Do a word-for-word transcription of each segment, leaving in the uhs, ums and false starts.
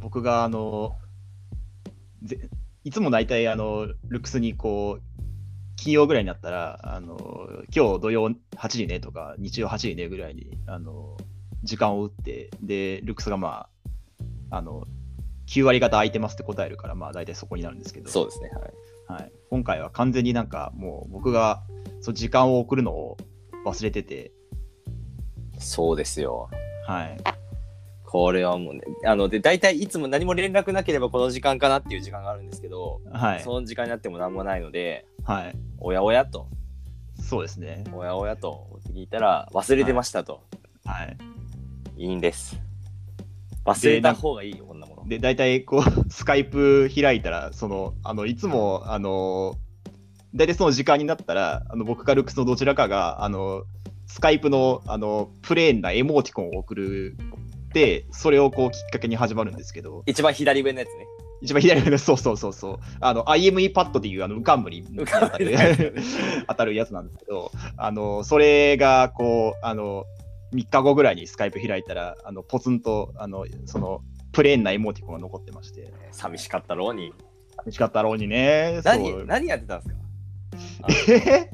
僕があのぜいつも大体あのルックスにこう金曜ぐらいになったらあの今日土曜はちじねとか日曜はちじねぐらいにあの時間を打って、でルックスがまああのきゅう割方空いてますって答えるから、まあ大体そこになるんですけど、 そうですね、 はいはい、今回は完全になんかもう僕がそう時間を送るのを忘れてて。 そうですよ。 はい。 これはもうね、あので大体いつも何も連絡なければこの時間かなっていう時間があるんですけど、 はい、 その時間になっても何もないので、 はい、 おやおやと、 そうですね。 おやおやと聞いたら忘れてましたと。 はい。はい、 いいんです。忘れた方がいいよ、こんなもの。 で、大体こうスカイプ開いたら、そのあのいつもあの大体その時間になったら、あの僕かルックスのどちらかがあのスカイプのあのプレーンなエモーティコンを送るで、それをこうきっかけに始まるんですけど、 一番左上のやつね。 一番左上の、そうそうそうそう、あの アイエムイー パッドっていうあのウカンムリに当たる当たるやつなんですけど、あのそれがこうあのみっかごぐらいにスカイプ開いたら、あのポツンとあのそのプレーンなエモーティコンが残ってまして、 寂しかったろうに。 寂しかったろうにね。 何何やってたんですか？ え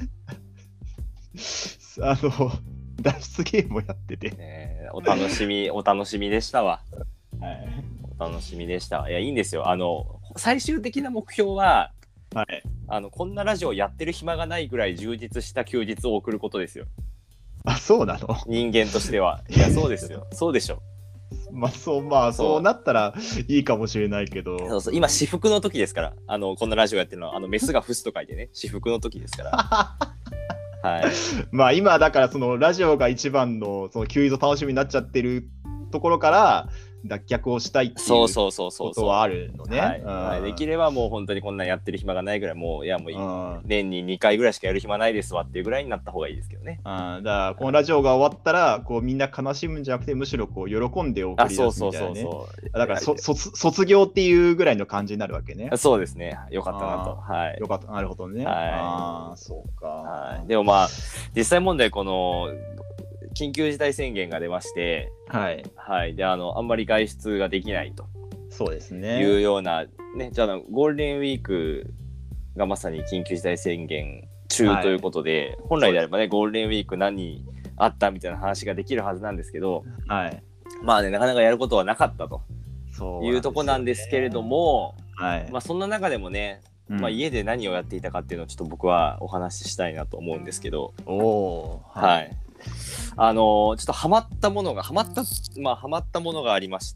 あの脱出ゲームをやってて、 ね、お楽しみお楽しみでしたわ。 はい、 お楽しみでした。いや、いいんですよ。あの最終的な目標は、 はい、 あのこんなラジオやってる暇がないぐらい充実した休日を送ることですよ。 あ、そうなの？ 人間としては。いや、そうですよ。そうでしょ。 まあそう、まあそうなったらいいかもしれないけど、 そうそう、今私服の時ですから、あのこんなラジオやってるのは、あのメスがフスと書いてね、私服の時ですからはい。 まあ今だからそのラジオが一番のその休日楽しみになっちゃってるところから脱却をしたいっていうことはあるのね。 はいはい、できればもう本当にこんなんやってる暇がないぐらい、もういやもういい、 うん、 年ににかいぐらいしかやる暇ないですわっていうぐらいになった方がいいですけどね。 あ、だからこのラジオが終わったらこうみんな悲しむんじゃなくて、むしろこう喜んで送り出すみたいなね。だからそ卒卒業っていうぐらいの感じになるわけね。 そうですね。よかったなと。はい。 よかった。なるほどね。 はい、 ああ、そうか。 はい。でもまあ実際問題、この緊急事態宣言が出まして、 はいはい、であのあんまり外出ができないと、 そうですね、 いうようなね、じゃあゴールデンウィークがまさに緊急事態宣言中ということで、はい、本来であればねゴールデンウィーク何あったみたいな話ができるはずなんですけど、 はい、 まあねなかなかやることはなかったというとこなんですけれども、はい、まあそんな中でもね、うん、まあ、家で何をやっていたかっていうのをちょっと僕はお話ししたいなと思うんですけど、 おー、 はい、はい、あのー、ちょっとハマったものがハマったまあハマったものがありまして、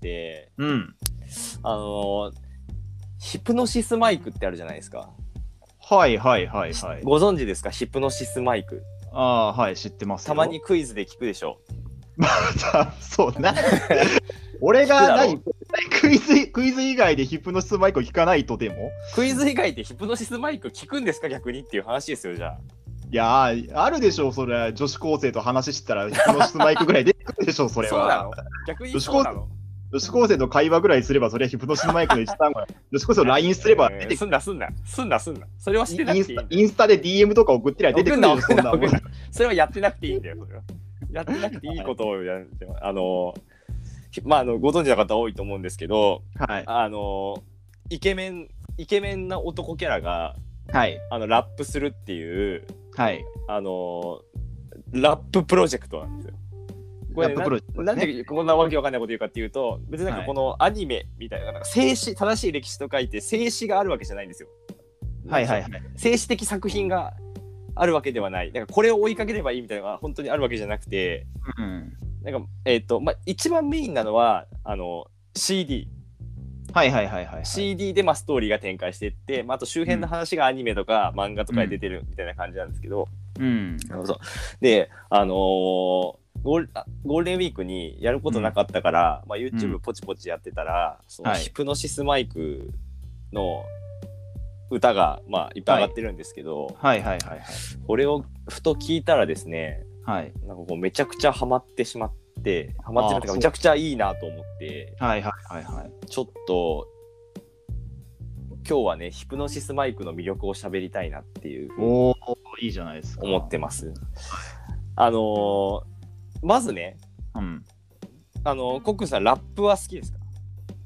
うん、 あのー、ヒプノシスマイクってあるじゃないですか。 はいはいはいはい。 ご存知ですか、ヒプノシスマイク。 ああ、はい、知ってますよ。 たまにクイズで聞くでしょ。 まあ、そうな。俺が何クイズクイズ以外でヒプノシスマイクを聞かないとでも。 クイズ以外でヒプノシスマイク聞くんですか逆にっていう話ですよ。じゃあ。 いやあるでしょう、それ。女子高生と話してたらヒプノシスマイクぐらい出てくるでしょう、それは。 そうなの？逆にそうなの？ 女子高生と会話ぐらいすれば、それはヒプノシスマイクの一単語。女子高生と ライン すれば出てくる。 すんなすんなすんなすんな。それはしてなくていいんだよ。 インスタで ディーエム とか送ってりゃ出てくるよ、そんなもん。 それはやってなくていいんだよ、それは。やってなくていいことをやる。あの、まあ、あのご存知の方多いと思うんですけど、はい、あのイケメンイケメンな男キャラが、はい、あのラップするっていう、はい、あのラッププロジェクトなんですよ。これ、ね、な, なんでこんなわけわかんないこと言うかっていうと、別になんかこのアニメみたいな、なんか静止、正しい歴史と書いて静止があるわけじゃないんですよ。はいはいはい。静止的作品があるわけではない。なんかこれを追いかければいいみたいなのが本当にあるわけじゃなくて、うん、なんかえっとまあ一番メインなのはあの シーディー。 はいはいはいはい、はい。 シーディー でまあストーリーが展開していって、まあ、あと周辺の話がアニメとか漫画とかで出てるみたいな感じなんですけど、うん、そうであのーゴール、ゴールデンウィークにやることなかったから、うんまあ、YouTube ポチポチやってたら、うん、そのヒプノシスマイクの歌が、まあ、いっぱい上がってるんですけど、 はい、はいはいはいはい、 これをふと聞いたらですね、はい、なんかこうめちゃくちゃハマってしまってハマってるというかめちゃくちゃいいなと思って、はいはいはいはい、ちょっと今日はねヒプノシスマイクの魅力を喋りたいなっていうふうにおいいじゃないですか思ってます。あのーまずね、うん、あのコックンさんラップは好きですか？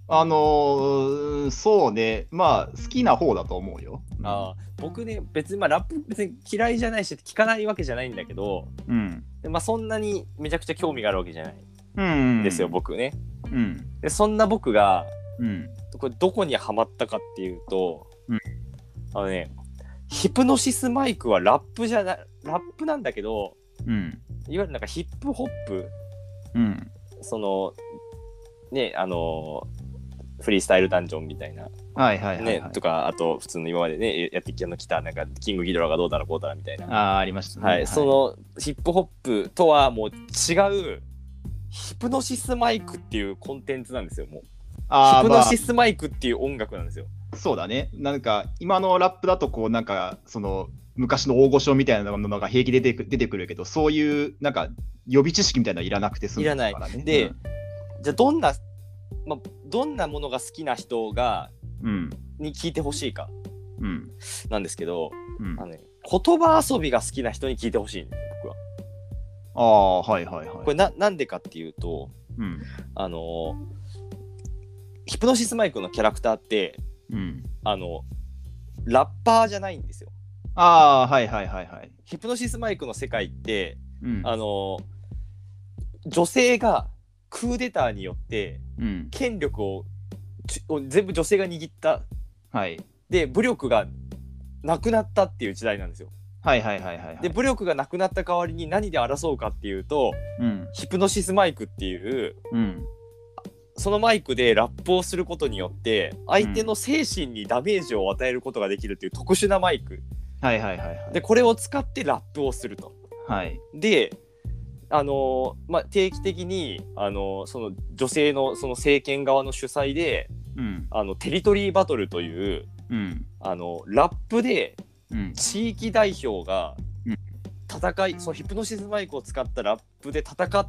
あのー、そうね、まあ好きな方だと思うよ。 あ僕ね別にまあラップ別に嫌いじゃないし聞かないわけじゃないんだけど、 うん、 でまあそんなにめちゃくちゃ興味があるわけじゃないんですよ、うん、僕ね、 うん、 でそんな僕が、 うん、これどこにハマったかっていうと、 うん、 あのねヒプノシスマイクはラップじゃなラップなんだけど、 うん、 いわゆるなんかヒップホップ、 うん、 そのねあのフリースタイルダンジョンみたいな、 はいはいはい、はい、 ね、とかあと普通の今までねやってきたなんかキングギドラがどうだらこうだらみたいな、 ああありましたね、 はいはい、そのヒップホップとはもう違うヒプノシスマイクっていうコンテンツなんですよ。もうあヒプノシスマイクっていう音楽なんですよ。 まあ、そうだね。なんか今のラップだとこうなんかその昔の大御所みたいなものが平気で出てく出てくるけど、そういうなんか予備知識みたいなのいらなくて済むからね。 いらない。で、うん、じゃあどんな、まあ、どんなものが好きな人が、うん、に聞いてほしいか、うん、なんですけど、うん、あのね、言葉遊びが好きな人に聞いてほしい、ね、僕は。 ああはいはいはい。 これ な, なんでかっていうと、うん、あのヒプノシスマイクのキャラクターって、うん、あのラッパーじゃないんですよ。 ああはいはいはいはい。 ヒプノシスマイクの世界って、うん、あの女性がクーデターによって、うん、権力を全部女性が握った、はい、で武力がなくなったっていう時代なんですよ。 はいはいはいはい、はい、 で武力がなくなった代わりに何で争うかっていうと、うん、ヒプノシスマイクっていう、うん、そのマイクでラップをすることによって相手の精神にダメージを与えることができるっていう特殊なマイク、 はいはいはいはい、 でこれを使ってラップをすると、はい、であのーまあ、定期的に、あのー、その女性のその政権側の主催で、うん、あのテリトリーバトルという、うん、あのラップで地域代表が戦い、うん、そのヒプノシスマイクを使ったラップで戦って、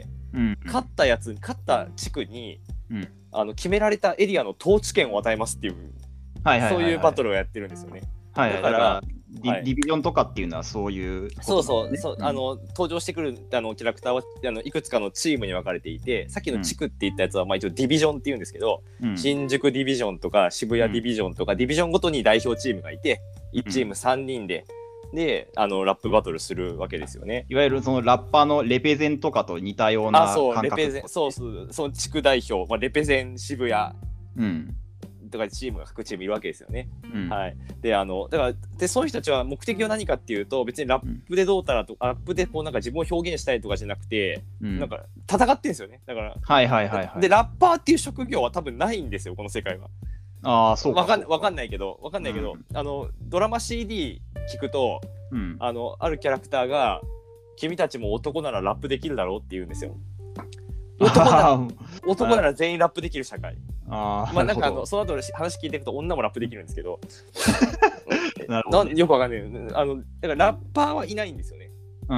うん、勝ったやつ勝った地区に、うん、あの決められたエリアの統治権を与えますっていう、はいはいはいはい、そういうバトルをやってるんですよね。 はいはい、だからディ、はい、ディビジョンとかっていうのはそういうこと、ね、 そうそうそう、うん、あの登場してくるあのキャラクターはあのいくつかのチームに分かれていて、さっきの地区って言ったやつは、うん、まあ一応ディビジョンっていうんですけど、うん、新宿ディビジョンとか渋谷ディビジョンとか、うん、ディビジョンごとに代表チームがいていちチームさんにんで、うん、であのラップバトルするわけですよね。 いわゆるそのラッパーのレペゼンとかと似たような感覚。 あそうレペゼンそうそうその地区代表、まあ、レペゼン渋谷、うんとかチームが各チームいるわけですよね、うんはい、であのだからでその人たちは目的は何かっていうと別にラップでどうたらと、うん、ラップでこうなんか自分を表現したいとかじゃなくて、うん、なんか戦ってんですよね。だからはいはいはい、はい、 でラッパーっていう職業は多分ないんですよこの世界は。 ああそうかわかんわかんないけどわかんないけど、うん、あのドラマ シーディー 聞くと、うん、あのあるキャラクターが君たちも男ならラップできるだろうって言うんですよ。男なら男なら全員ラップできる社会。あまあなんかあのその後の話聞いていくと女もラップできるんですけどなるほど、ね、よくわかんない。あのだからラッパーはいないんですよね、うん、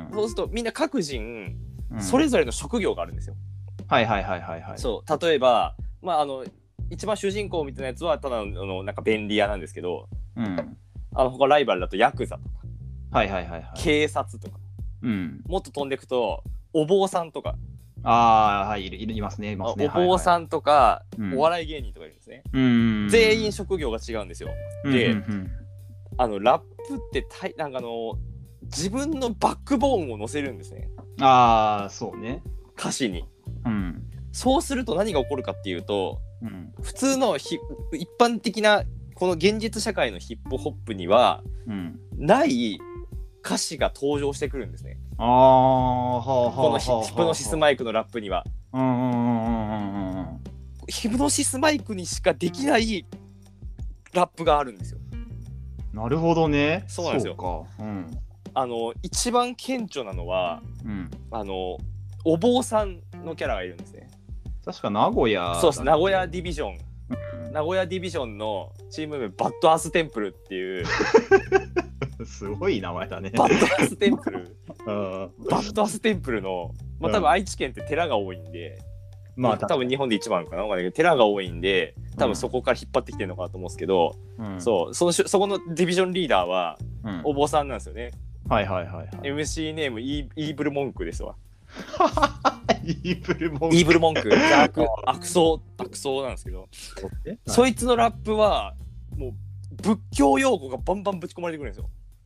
そうするとみんな各人、うん、それぞれの職業があるんですよ。 はいはいはいはいはい。 そう例えばまああの一番主人公みたいなやつはただのなんか便利屋なんですけど、うん、あの他ライバルだとヤクザとか、はいはいはいはい、警察とか、うん、もっと飛んでいくとお坊さんとか。 ああはいいるいますねいますね。 お坊さんとか、はいはい、お笑い芸人とかいるんですね、うん、全員職業が違うんですよ。で、うんうんうん、あのラップってたいなんかあの自分のバックボーンを乗せるんですね。 ああそうね歌詞に、うん、そうすると何が起こるかっていうと、うん、普通のひ一般的なこの現実社会のヒップホップには、うん、ない歌詞が登場してくるんですね。ああ、はあはあ、このヒプノシスマイクのラップには、うんうんうんうんうん、ヒプノシスマイクにしかできないラップがあるんですよ。 なるほどね。 そうなんですよ。そうか、うん、あの一番顕著なのは、うん、あのお坊さんのキャラがいるんですね。 確か名古屋、ね、 そうです。名古屋ディビジョン、うん、名古屋ディビジョンのチーム名バッドアーステンプルっていうすごい名前だね。 バッドアーステンプルバッドアーステンプルの、まあ、多分愛知県って寺が多いんで、まあ多分日本で一番かな、寺が多いんで多分そこから引っ張ってきてるのかなと思うんですけど、うん、そうそのそこのディビジョンリーダーはお坊さんなんですよね、 うん、はいはいはい、はい、 エムシー ネームイーブルモンクですわイーブル文句。 イーブル文句。悪、悪そう、悪そうなんですけど、そいつのラップは、もう、仏教用語がバンバンぶち込まれてくるんですよ。 うん。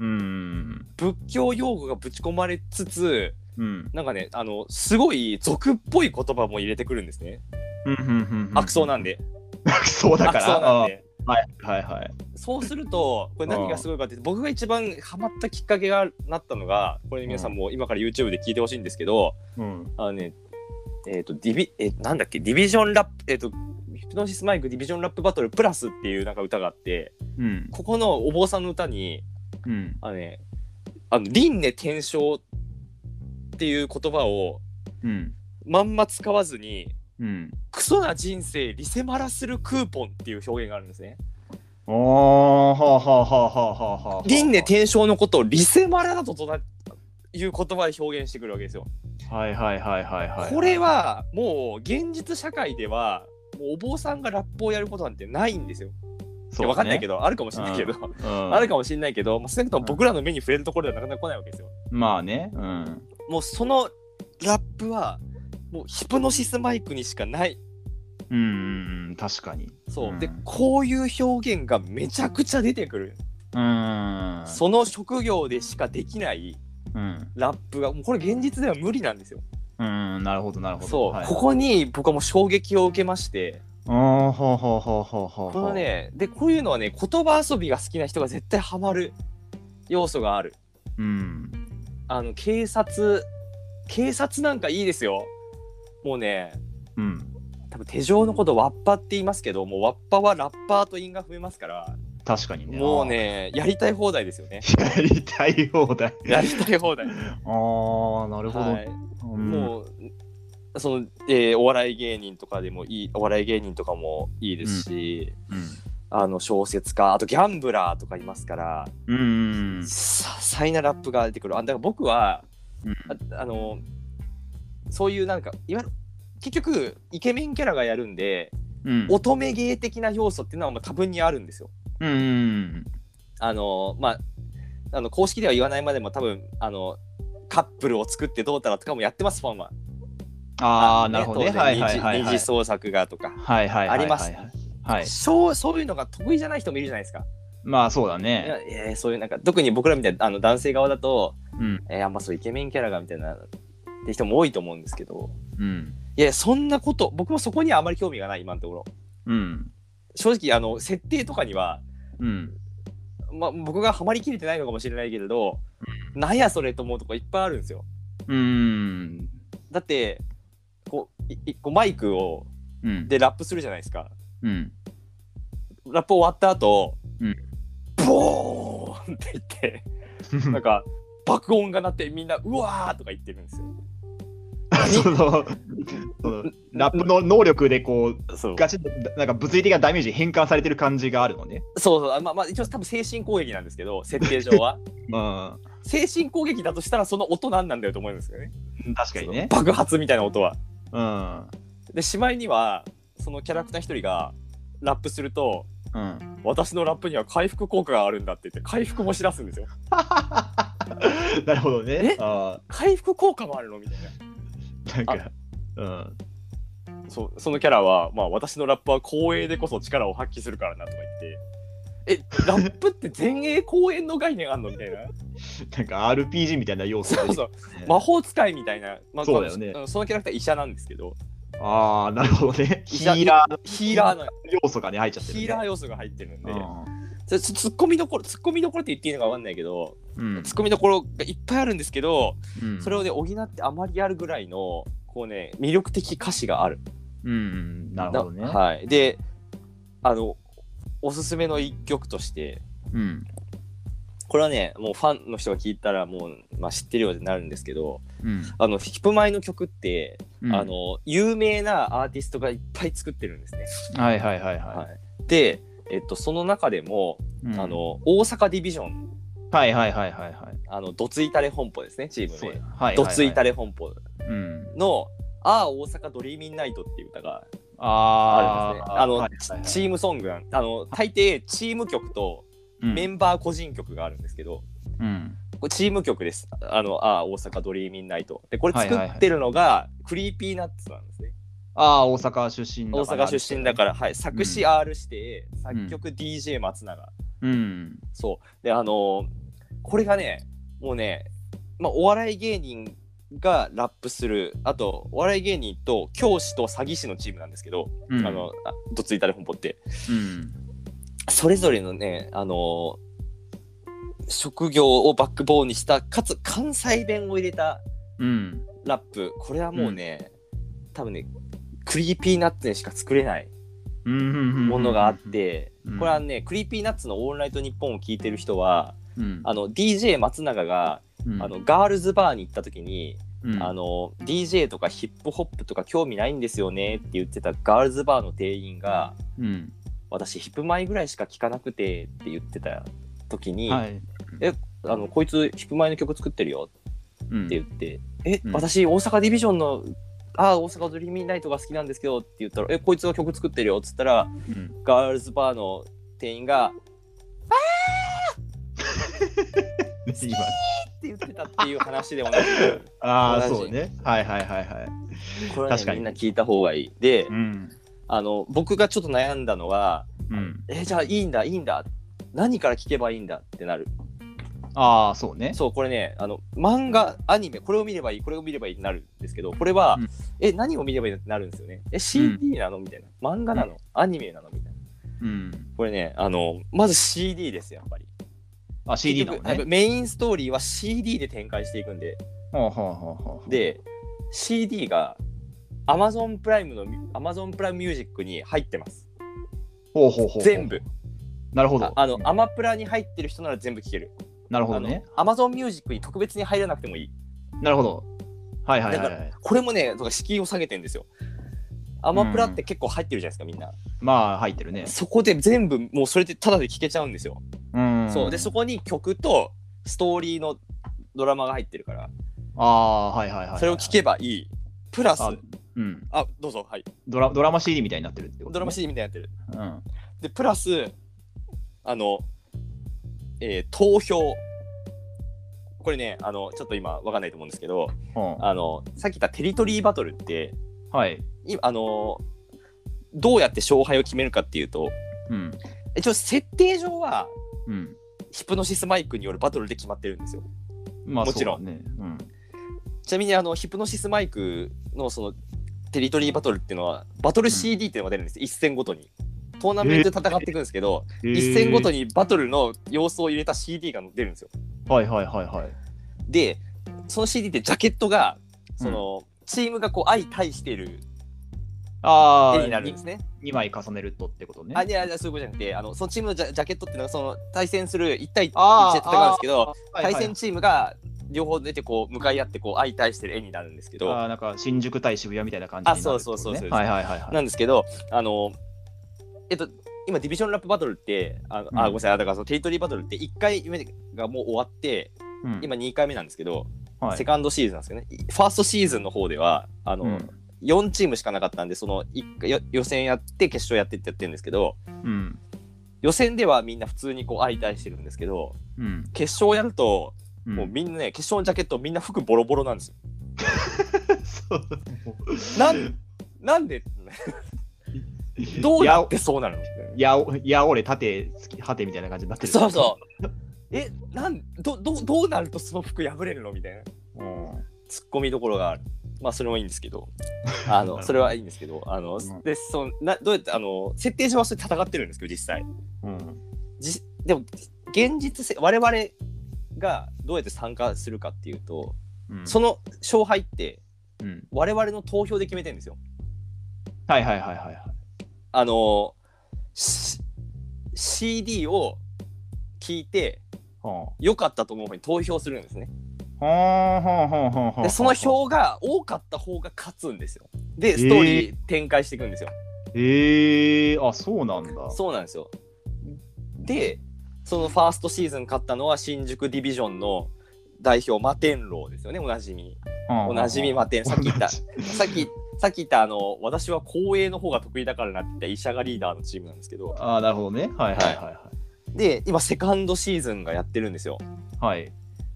仏教用語がぶち込まれつつ、 うん、 なんかね、あの、すごい俗っぽい言葉も入れてくるんですね。悪そうなんで。 悪そうだから。 悪そうなんで。 はいはいはい。 そうすると、これ何がすごいかって、僕が一番ハマったきっかけがなったのが、これ皆さんも今から YouTube で聞いてほしいんですけど、うん、あのね、えっ、ー、と、ディビ、えー、なんだっけ、ディビジョンラップ、えっ、ー、と、ヒプノシスマイクディビジョンラップバトルプラスっていうなんか歌があって、うん、ここのお坊さんの歌に、うん、あのね、あの、輪廻転生っていう言葉を、うん、まんま使わずに、うん、クソな人生リセマラするクーポンっていう表現があるんですね。 ああ、はあはあはあはあはあ。 輪廻転生のことをリセマラだとという言葉で表現してくるわけですよ。 はいはいはいはいはい。 これはもう現実社会ではもうお坊さんがラップをやることなんてないんですよ。そうね、分かんないけど、あるかもしれないけど、うんうん、あるかもしれないけど、まあ、少なくとも僕らの目に触れるところではなかなか来ないわけですよ。 まあね、うん、 もうそのラップはもうヒプノシスマイクにしかない。 うん、確かに。 そう、うん、でこういう表現がめちゃくちゃ出てくる。うん、その職業でしかできないラップが、もうこれ現実では無理なんですよ。 うん、なるほどなるほど。 そう、はい、ここに僕はもう衝撃を受けまして。 ああ、ほうほうほうほうほう。 このね、でこういうのはね、言葉遊びが好きな人が絶対ハマる要素がある。うん。あの警察警察なんかいいですよ。もうね、うん。多分手錠のことワッパって言いますけど、もうワッパはラッパーと韻が踏めますから。 確かにね。 もうね、やりたい放題ですよね。 やりたい放題。 やりたい放題。ああ、なるほど。はい、 うん、もうその、えー、お笑い芸人とかでもいい、お笑い芸人とかもいいですし、うんうん、あの小説家、あとギャンブラーとかいますから、うん、多彩なラップが出てくる。あ、だから僕は、うん、あ, あのそういうなんかいわゆる結局イケメンキャラがやるんで、うん、乙女芸的な要素っていうのはまあ多分にあるんですよ。うんうん、あのまああの公式では言わないまでも多分あのカップルを作ってどうたらとかもやってます、ファンは。 ああ、なるほどね。 はいはいはい、はい、二次創作がとかあります。はい。そうそういうのが得意じゃない人もいるじゃないですか。 まあそうだね。 いや、えー、そういうなんか特に僕らみたいなあの男性側だと、うん、えー、あんまそうイケメンキャラがみたいなって人も多いと思うんですけど、うん、いやそんなこと僕もそこにはあまり興味がない今のところ。うん、正直あの設定とかには、うん、まあ僕がハマりきれてないのかもしれないけれど、うん、なんやそれと思うとこいっぱいあるんですよ。うん、だってこういこうマイクを、うん、でラップするじゃないですか。うん、ラップ終わった後、うん、ボーンって言ってなんか爆音が鳴ってみんなうわーとか言ってるんですよ。 そのそのラップの能力でこうガチッなんか物理的なダメージ変換されてる感じがあるのね。 そうそう、まあまあ一応多分精神攻撃なんですけど設定上は、うん、精神攻撃だとしたらその音なんなんだよと思うんですよね。 確かにね。 爆発みたいな音は。うん、でしまいにはそのキャラクター一人がラップすると、うん、私のラップには回復効果があるんだって言って回復もしだすんですよ。 なるほどね。 えあ回復効果もあるのみたいな。 なんか、うん、 そ, そのキャラは、まあ、私のラップは光栄でこそ力を発揮するからなとか言って、え、ラップって前衛後援の概念あんのみたいな。 なんか アールピージー みたいな要素で、 そうそう、魔法使いみたいな、まあ、 そうだよね。 そのキャラクター医者なんですけど。 ああ、なるほどね。ヒーラー、 ヒーラーの要素がね入っちゃってる、ね。 ヒーラー要素が入ってるんで。ツッコミどころ、ツッコミどころって言っていいのか分かんないけど、うん、ツッコミどころがいっぱいあるんですけど、うん、それをね補ってあまりあるぐらいのこうね魅力的歌詞がある。 うん、なるほどね。 はい。で、あのおすすめの一曲として、うん、これはねもうファンの人が聞いたらもう、まあ、知ってるようになるんですけど、うん、あのヒップマイの曲って、うん、あの有名なアーティストがいっぱい作ってるんですね。 はいはいはいはい。はい、 でえっと、その中でも、うん、あの大阪ディビジョン、 はいはいはいはいはい、 あのどついたれ本舗ですね、チームで、はい、どついたれ本舗の、うん、ああ大阪ドリーミンナイトっていう歌があるんですね。あの、はいはいはい、チームソングあの大抵チーム曲とメンバー個人曲があるんですけど、うん、 これチーム曲です。あのあ大阪ドリーミンナイトで、これ作ってるのが、はいはいはい、クリーピーナッツなんですね。 ああ、大阪出身だから。大阪出身だから、はい、作詞 R して、うん、作曲 ディージェー 松永。 うん。 そうで、あのー、これがね、もうね、まあ、お笑い芸人がラップする、あとお笑い芸人と教師と詐欺師のチームなんですけど、うん、あのどついたれ本舗って、うん、それぞれのね、あのー、職業をバックボーンにしたかつ関西弁を入れたラップ、うん、これはもうね、うん、多分ねクリーピーナッツにしか作れないものがあって、うん、これはねクリーピーナッツのオールナイトニッポンを聞いてる人は、うん、あの ディージェー 松永が、うん、あのガールズバーに行った時に、うん、あの ディージェー とかヒップホップとか興味ないんですよねって言ってたガールズバーの店員が、うん、私ヒップマイぐらいしか聞かなくてって言ってた時に、はい、えあのこいつヒップマイの曲作ってるよって言って、うん、え、うん、私大阪ディビジョンのあ大阪ドリーミーナイトが好きなんですけどって言ったら、えこいつが曲作ってるよっつったら、うん、ガールズバーの店員があー好きって言ってたっていう話でもなくああそうね、はいはいはいはい、 これは、ね、確かにみんな聞いた方がいいで、うん、あの僕がちょっと悩んだのは、うん、えじゃあいいんだいいんだ何から聞けばいいんだってなる。 ああそうね。 そうこれねあの漫画アニメこれを見ればいいこれを見ればいいになるんですけど、これは、うん、え何を見ればいいってなるんですよね。え シーディー なのみたいな、漫画なの、うん、アニメなのみたいな、うん、これねあのまず シーディー ですよやっぱり。 あ シーディー なのね。 メインストーリーは シーディー で展開していくんで、はあはあはあ、で シーディー が Amazon プライムの Amazon プライムミュージックに入ってます。 ほうほうほう全部。 なるほど。 あの、うん、アマプラに入ってる人なら全部聴ける。 なるほどね。 Amazon ミュージックに特別に入らなくてもいい。 なるほど。はいはいはい、はい。 だからこれもね、敷居を下げてるんですよ。アマプラって結構入ってるじゃないですか、みんな。 まあ入ってるね。 そこで全部もうそれでタダで聴けちゃうんですよ。うん。そうでそこに曲とストーリーのドラマが入ってるから。 ああはいはいはい、はい。 それを聴けばいい。プラス、あ、うん、あどうぞはい。 ドラドラマ シーディー みたいになってるってこと、ね。 ドラマ シーディー みたいになってる。うん。でプラスあの、えー、投票。これねあのちょっと今わかんないと思うんですけど、うん、あのさっき言ったテリトリーバトルって、はい、あのどうやって勝敗を決めるかっていうと、うん、一応設定上は、うん、ヒプノシスマイクによるバトルで決まってるんですよ、まあ、もちろん、ねうん、ちなみにあのヒプノシスマイクのそのテリトリーバトルっていうのはバトル シーディー っていうのが出るんです、うん、一戦ごとにトーナメントで戦っていくんですけど、えー、一戦ごとにバトルの様子を入れた シーディー が出るんですよ。 はいはいはいはい。 で、その シーディー ってジャケットがその、うん、チームがこう相対している絵になるんですね。 にまい重ねるとってことね。 あいやいやそういうことじゃなくて、あのそのチームのジャ、ジャケットっていうのはその対戦するいち対いちで戦うんですけど、はいはい、対戦チームが両方出てこう向かい合ってこう相対してる絵になるんですけど、 あなんか新宿対渋谷みたいな感じになる、ね、あそうそうそうそう、 はいはいはいはい、 なんですけどあのえっと今ディビジョンラップバトルってあ、うん、あごめんなさいだからそのテリトリーバトルっていっかいめがもう終わって、うん、今にかいめなんですけど、はい、セカンドシーズンなんですけどね。ファーストシーズンの方ではあの、うん、よんチームしかなかったんでそのいっ予選やって決勝やってってやってるんですけど、うん、予選ではみんな普通にこう相対してるんですけど、うん、決勝やると、うん、もうみんなね決勝のジャケットみんな服ボロボロなんですよ。そうなんなんでどうやってそうなの？ いや、いや俺縦好き縦みたいな感じになってる。 そうそう。え、なんどどどうなるとその服破れるのみたいな。うん。ツッコミどころがある。まあそれもいいんですけど、あのそれはいいんですけど、あの、うん、でそのなどうやってあの設定上はそれ戦ってるんですけど実際。うん。じでも現実せ我々がどうやって参加するかっていうと、うん、その勝敗って、うん、我々の投票で決めてるんですよ。 はいはいはいはいはい。 あの シーディー を聞いて良かったと思う方に投票するんですね。でその票が多かった方が勝つんですよ。でストーリー展開していくんですよ。 えー、あそうなんだ。 そうなんですよ。でそのファーストシーズン勝ったのは新宿ディビジョンの代表マテンローですよね。おなじみおなじみマテンさっき言ったさっきさっき言ったあの私は後衛の方が得意だからなって言った医者がリーダーのチームなんですけど、 ああなるほどね、はいはいはい、はい、 で今セカンドシーズンがやってるんですよ。はい。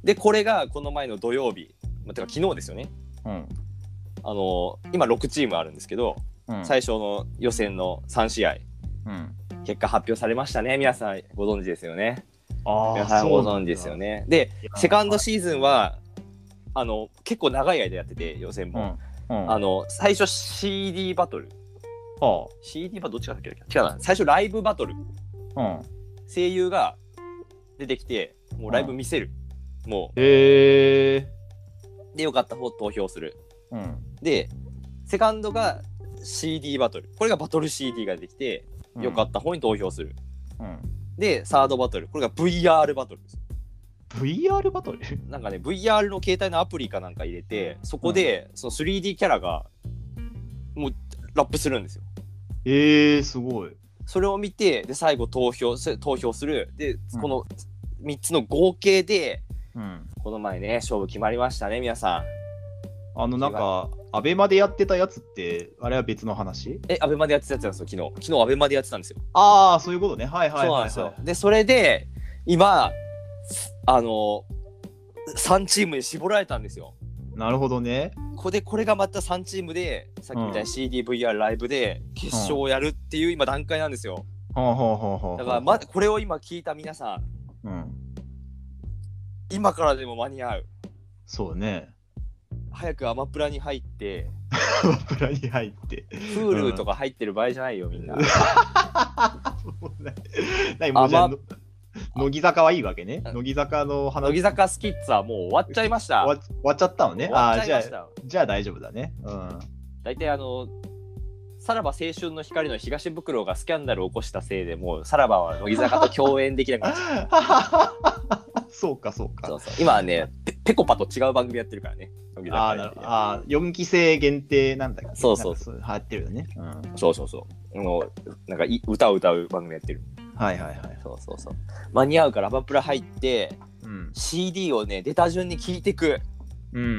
でこれがこの前の土曜日、まあ、てか昨日ですよね、 うん、 あの今ろくチームあるんですけど、うん、最初の予選のさん試合、うん、結果発表されましたね。皆さんご存知ですよね。あ皆さんご存知ですよね。でセカンドシーズンはあの結構長い間やってて予選も、うんうん、あの最初 シーディー バトル、はあ、シーディー バトルどっちかだっけ違うな、最初ライブバトル、うん、声優が出てきてもうライブ見せる、うん、もうへえでよかった方投票する、うん、でセカンドが シーディー バトル、これがバトル シーディー が出てきて、うん、よかった方に投票する、うん、でサードバトル、これが ブイアール バトルです。 ブイアール バトルなんかね ブイアール の携帯のアプリかなんか入れて、そこで、うん、その スリーディー キャラがもうラップするんですよ。 えー、すごい。 それを見てで最後投票投票するで、うん、このみっつの合計で、うん、この前ね勝負決まりましたね皆さん。 あのなんかアベマでやってたやつってあれは別の話？ えアベマでやってたやつなんですよ。昨日昨日アベマでやってたんですよ。 ああそういうことね。はいはいはい、はい、 そうなんですよ。でそれで今あのさんチームに絞られたんですよ。 なるほどね。 これでこれがまたさんチームでさっきみたいに シーディーブイアール ライブで決勝をやるっていう今段階なんですよ。だから、ま、これを今聞いた皆さん、うん、今からでも間に合う。 そうね。 早くアマプラに入ってアマプラに入って Hulu とか入ってる場合じゃないよみんな。 何もうじゃあ乃木坂はいいわけね。乃木坂の話。 乃木坂スキッズはもう終わっちゃいました。 終わ、終わっちゃったのね。ああ、じゃあ、じゃあ大丈夫だね。うん。 大体あの、さらば青春の光の東袋がスキャンダルを起こしたせいでもうさらばは乃木坂と共演できなくなっちゃった。 そうかそうか。 そうそう今はねペ、ペコパと違う番組やってるからね。乃木坂あーあー、よんき生限定なんだっけ。 そうそうそう。 流行ってるよね。 うん、そうそうそう。あのなんかい歌を歌う番組やってる。 はいはいはい。 そうそうそう。間に合うからアマプラ入って、うん、シーディー をね出た順に聴いてく。うん、うん、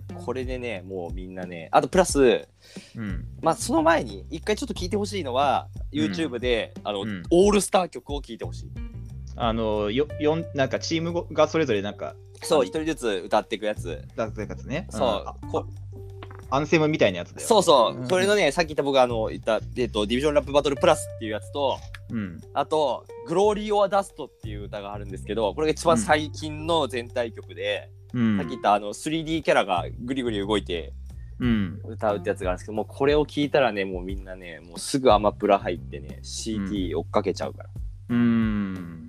これでねもうみんなねあとプラス、うん、まあその前に一回ちょっと聞いてほしいのは、うん、YouTube であの、うん、オールスター曲を聴いてほしい。 あのよよんなんかチームがそれぞれなんかそう一人ずつ歌っていくやつ。 歌っていくやつね。 そう、うん、こアンセムみたいなやつだよ。 そうそう、うん、それのねさっき言った僕があの言った、えっと、ディビジョンラップバトルプラスっていうやつと、うん、あとグローリー・オア・ダストっていう歌があるんですけど、これが一番最近の全体曲で、うん、さっき言ったあの スリーディー キャラがグリグリ動いて歌うってやつがあるんですけど、もうこれを聞いたらねもうみんなねもうすぐアマプラ入ってね シーディー 追っかけちゃうから、うん、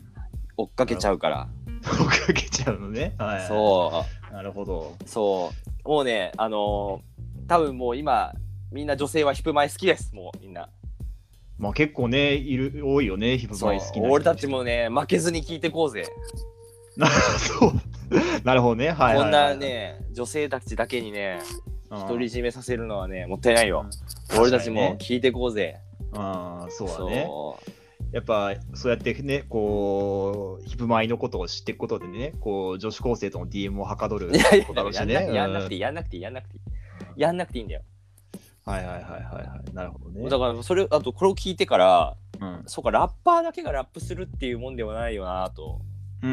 追っかけちゃうから追っかけちゃうのね、はい、そうなるほど。 そうもうねあのー多分もう今みんな女性はヒップマイ好きです。もうみんなまあ結構ねいる多いよねヒップマイ好きな人。俺たちもね負けずに聞いてこうぜ。 そうなるほどね、はいはいはい、 こんなね女性たちだけにね独り占めさせるのはねもったいないよ、うん、俺たちも聞いてこうぜ。 ああそうだね。やっぱそうやってねこうヒプマイのことを知っていくことでねこう女子高生との ディーエム をはかどることだろうしね。 やんなくていいやんなくていいやんなくていいやんなくていいんだよ。 はいはいはいはいはいなるほどね。 だからそれあとこれを聞いてから、うん、そうかラッパーだけがラップするっていうもんではないよなと。うん。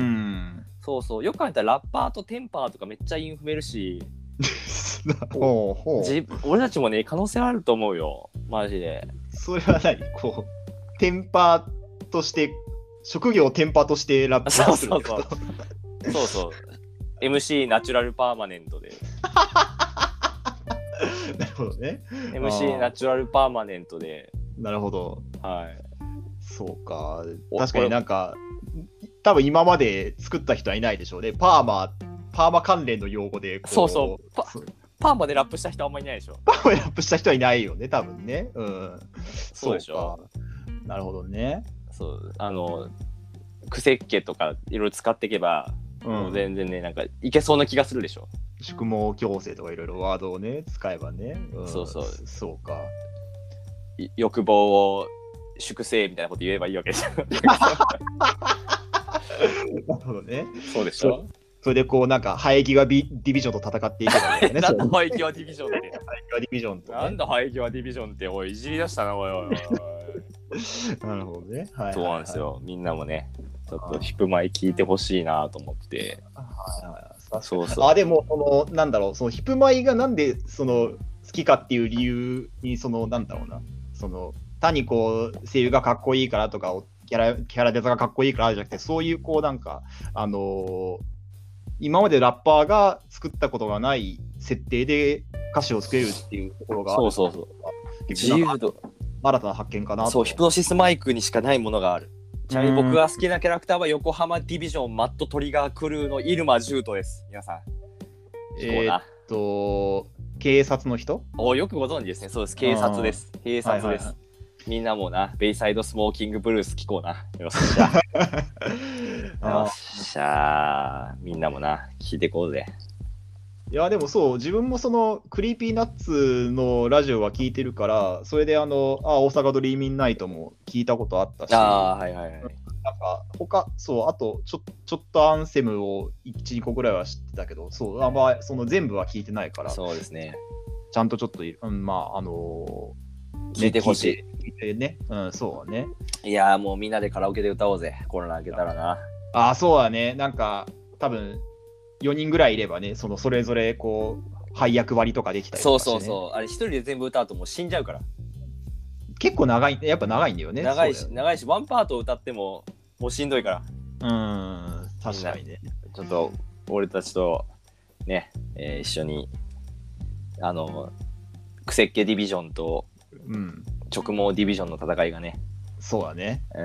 そうそうよく考えたらラッパーとテンパーとかめっちゃインフメるしほうほう自俺たちもね可能性あると思うよマジで。 それは何こうテンパーとして職業テンパーとしてラップするってこと？ そうそうそうそうそう エムシー ナチュラルパーマネントでなるほどね。 エムシー ナチュラルパーマネントで。 なるほど。 はい。 そうか。確かになんか多分今まで作った人はいないでしょうね。パーマパーマ関連の用語でこう。 そうそうパ。パーマでラップした人あんまりいないでしょ。 パーマでラップした人はいないよね多分ね。うん。そうでしょ。なるほどね。 そうあのクセッケとかいろいろ使っていけば、うん、もう全然ねなんかいけそうな気がするでしょ。 宿毛矯正とかいろいろワードをね使えばね、 うん、そうそうそうか欲望を粛清みたいなこと言えばいいわけでしょ。なるほどね。 そうでしょ。 それでこうなんか生え際ディビジョンと戦っていけばいいよね。 なんだ生え際ディビジョンって。生え際ディビジョンと、ね、 なんだ生え際ディビジョンっておいいじり出したなおいおいおい。 なるほどね。はいはいはい、 そうなんですよ。みんなもねちょっとヒップマイ聞いてほしいなと思って。はいはいそうそう。 あ、でも、その、なんだろう、そのヒップマイがなんで、その、好きかっていう理由に、その、なんだろうな、その、単にこう、声優がかっこいいからとか、キャラ、キャラデザがかっこいいからじゃなくて、そういう、こう、なんか、あのー、今までラッパーが作ったことがない設定で歌詞を作れるっていうところが、 そうそうそう。 自由度。新たな発見かなと。 そう、ヒプノシスマイクにしかないものがある。ちなみに僕が好きなキャラクターは横浜ディビジョンマットトリガークルーの入間獣斗です。皆さん。 えー、っと、警察の人？ お、よくご存知ですね。そうです。警察です。警察です。はいはいはい、みんなもな、ベイサイドスモーキングブルース聞こうな。よっしゃ。よっしゃ。みんなもな、聞いてこうぜ。 いやでもそう、自分もそのクリーピーナッツのラジオは聞いてるから、それであの、あ、大阪ドリーミンナイトも聞いたことあったし、 あ、はいはいはい。なんか他、そう、あとちょ、ちょっとアンセムをいち、にこぐらいは知ってたけど、そう、あんまその全部は聞いてないから、 そうですね。 ちゃんとちょっと、うん、まあ、あのー、聞いてほしい。 聞いてね、うん、そうね。 いやーもうみんなでカラオケで歌おうぜ、コロナ明けたらな。 ああ、そうだね、なんか、多分よにんぐらいいればね、そのそれぞれこう、配役割とかできたりとかして、ね、 そうそうそう、あれ一人で全部歌うともう死んじゃうから。 結構長い、やっぱ長いんだよね。 長いし、長いし、ワンパート歌ってももうしんどいから。 うん、確かにね。 ちょっと俺たちとね、えー、一緒にあのクセッケディビジョンと直毛ディビジョンの戦いがね、 そうだね。 うん、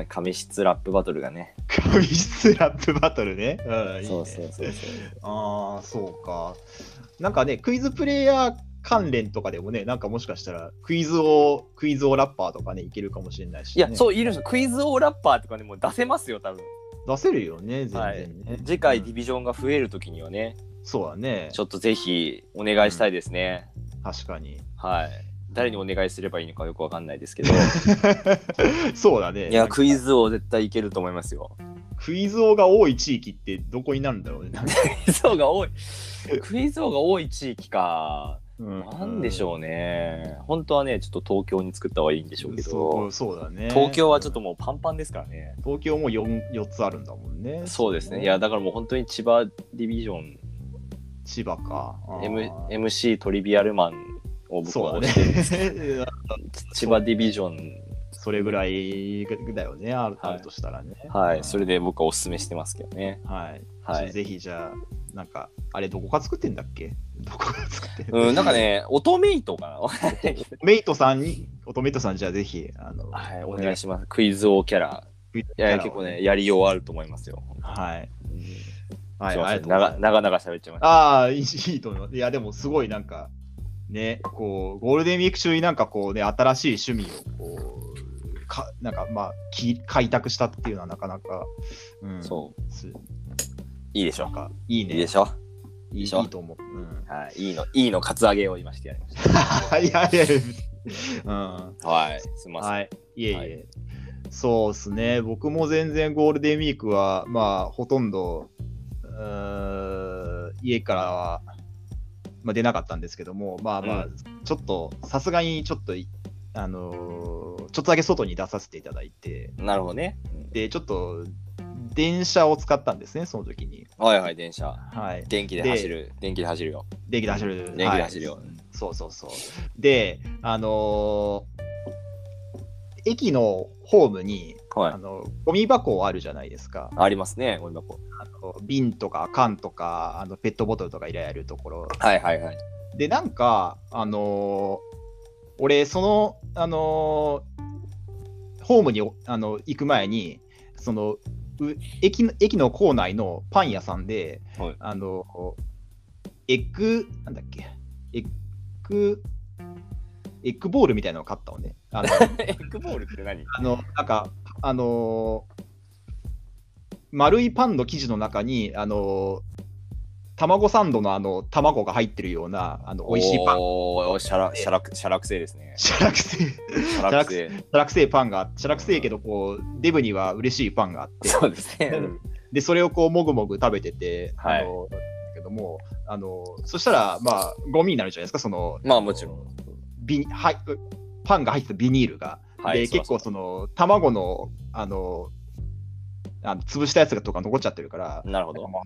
紙質ラップバトルがね。 紙質ラップバトルね。うん、 そうそうそうそう。 ああ、そうか。なんかね、クイズプレイヤー関連とかでもね、なんかもしかしたらクイズ王、クイズ王ラッパーとかね、いけるかもしれないし、ね。 いや、そう、いるんですよ。クイズ王ラッパーとかね、もう出せますよ、多分。 出せるよね、全然ね。はい、 次回ディビジョンが増えるときにはね、 うん、そうだね。 ちょっとぜひお願いしたいですね。 うん、確かに。 はい。誰にお願いすればいいのかよくわかんないですけど。 そうだね。 いや、クイズ王絶対いけると思いますよ。 クイズ王が多い地域ってどこになるんだろうね。 クイズ王が多い。クイズ王が多い地域か。うん、なんでしょうね。本当はね、ちょっと東京に作った方がいいんでしょうけど、 そうそうだね。 東京はちょっともうパンパンですからね。 東京も 4, よっつあるんだもんね。 そうですね。いや、だからもう本当に千葉ディビジョン。 千葉か。 M、エムシー トリビアルマンを僕は推してるんですけど、ね、千葉ディビジョン。 それぐらいだよね、ある、はい、あるとしたらね。 はい、それで僕はおすすめしてますけどね。 はい。はい、ぜひじゃあ、なんか、あれどこか作ってんだっけ？どこか作ってる？うん、なんかね、オトメイトかな。 オトメイトさんに、オトメイトさんじゃあぜひ、あの、 はい、お願いします。クイズ王キャラ。いや、結構ね、やりようあると思いますよ。 はい。 うん、はい、ありがとうございます。長々喋っちゃいました。 ああ、いいと思います。いや、でもすごいなんか、ね、こう、ゴールデンウィーク中になんかこうね、新しい趣味をこう、かなんかまあき開拓したっていうのはなかなか、 うん、そういいでしょうか。 いいね。 いいでしょ。 いい, いいと思う。うん、 はい、いいのいいのカツアゲを今してやりました。 いやいやいや、うん、 はい、すみません。 はい、いえいえ、はい、そうですね。僕も全然ゴールデンウィークはまあほとんどうー家からは、まあ、出なかったんですけども、まあまあ、うん、ちょっとさすがにちょっとあのー、ちょっとだけ外に出させていただいて。 なるほどね。 で、ちょっと電車を使ったんですね、その時に。 はいはい、電車。 はい。 電気で走る。電気で走るよ。 電気で走る。 電気で走るよ。はい、 そうそうそう。で、あのー、駅のホームに、はい、あのゴミ箱あるじゃないですか。 ありますね、ゴミ箱。 あの瓶とか缶とか、あのペットボトルとか入れられるところ。 はいはいはい。 で、なんか、あのー、俺、その、あのー、ホームにあの行く前に、その駅の、駅の構内のパン屋さんで、はい、あの、エッグ、なんだっけ、エッグ、エッグボールみたいなのを買ったのね。あのエッグボールって何？ あの、なんか、あのー、丸いパンの生地の中に、あのー、卵サンドのあの卵が入ってるようなあの美味しいパン。 おー、シャラシャラシャラクセイですね。 シャラクセイ。シャラクセイ。シャラクセイパンが、シャラクセイけどこうデブには嬉しいパンがあって。 そうですね。 でそれをこうもぐもぐ食べてて、 はい、 あのだけども、あのそしたらまあゴミになるじゃないですか、その。 まあもちろん。 ビはいパンが入ってたビニールが。はい、で結構その卵のあの。あの潰したやつとか残っちゃってるから、 なるほど。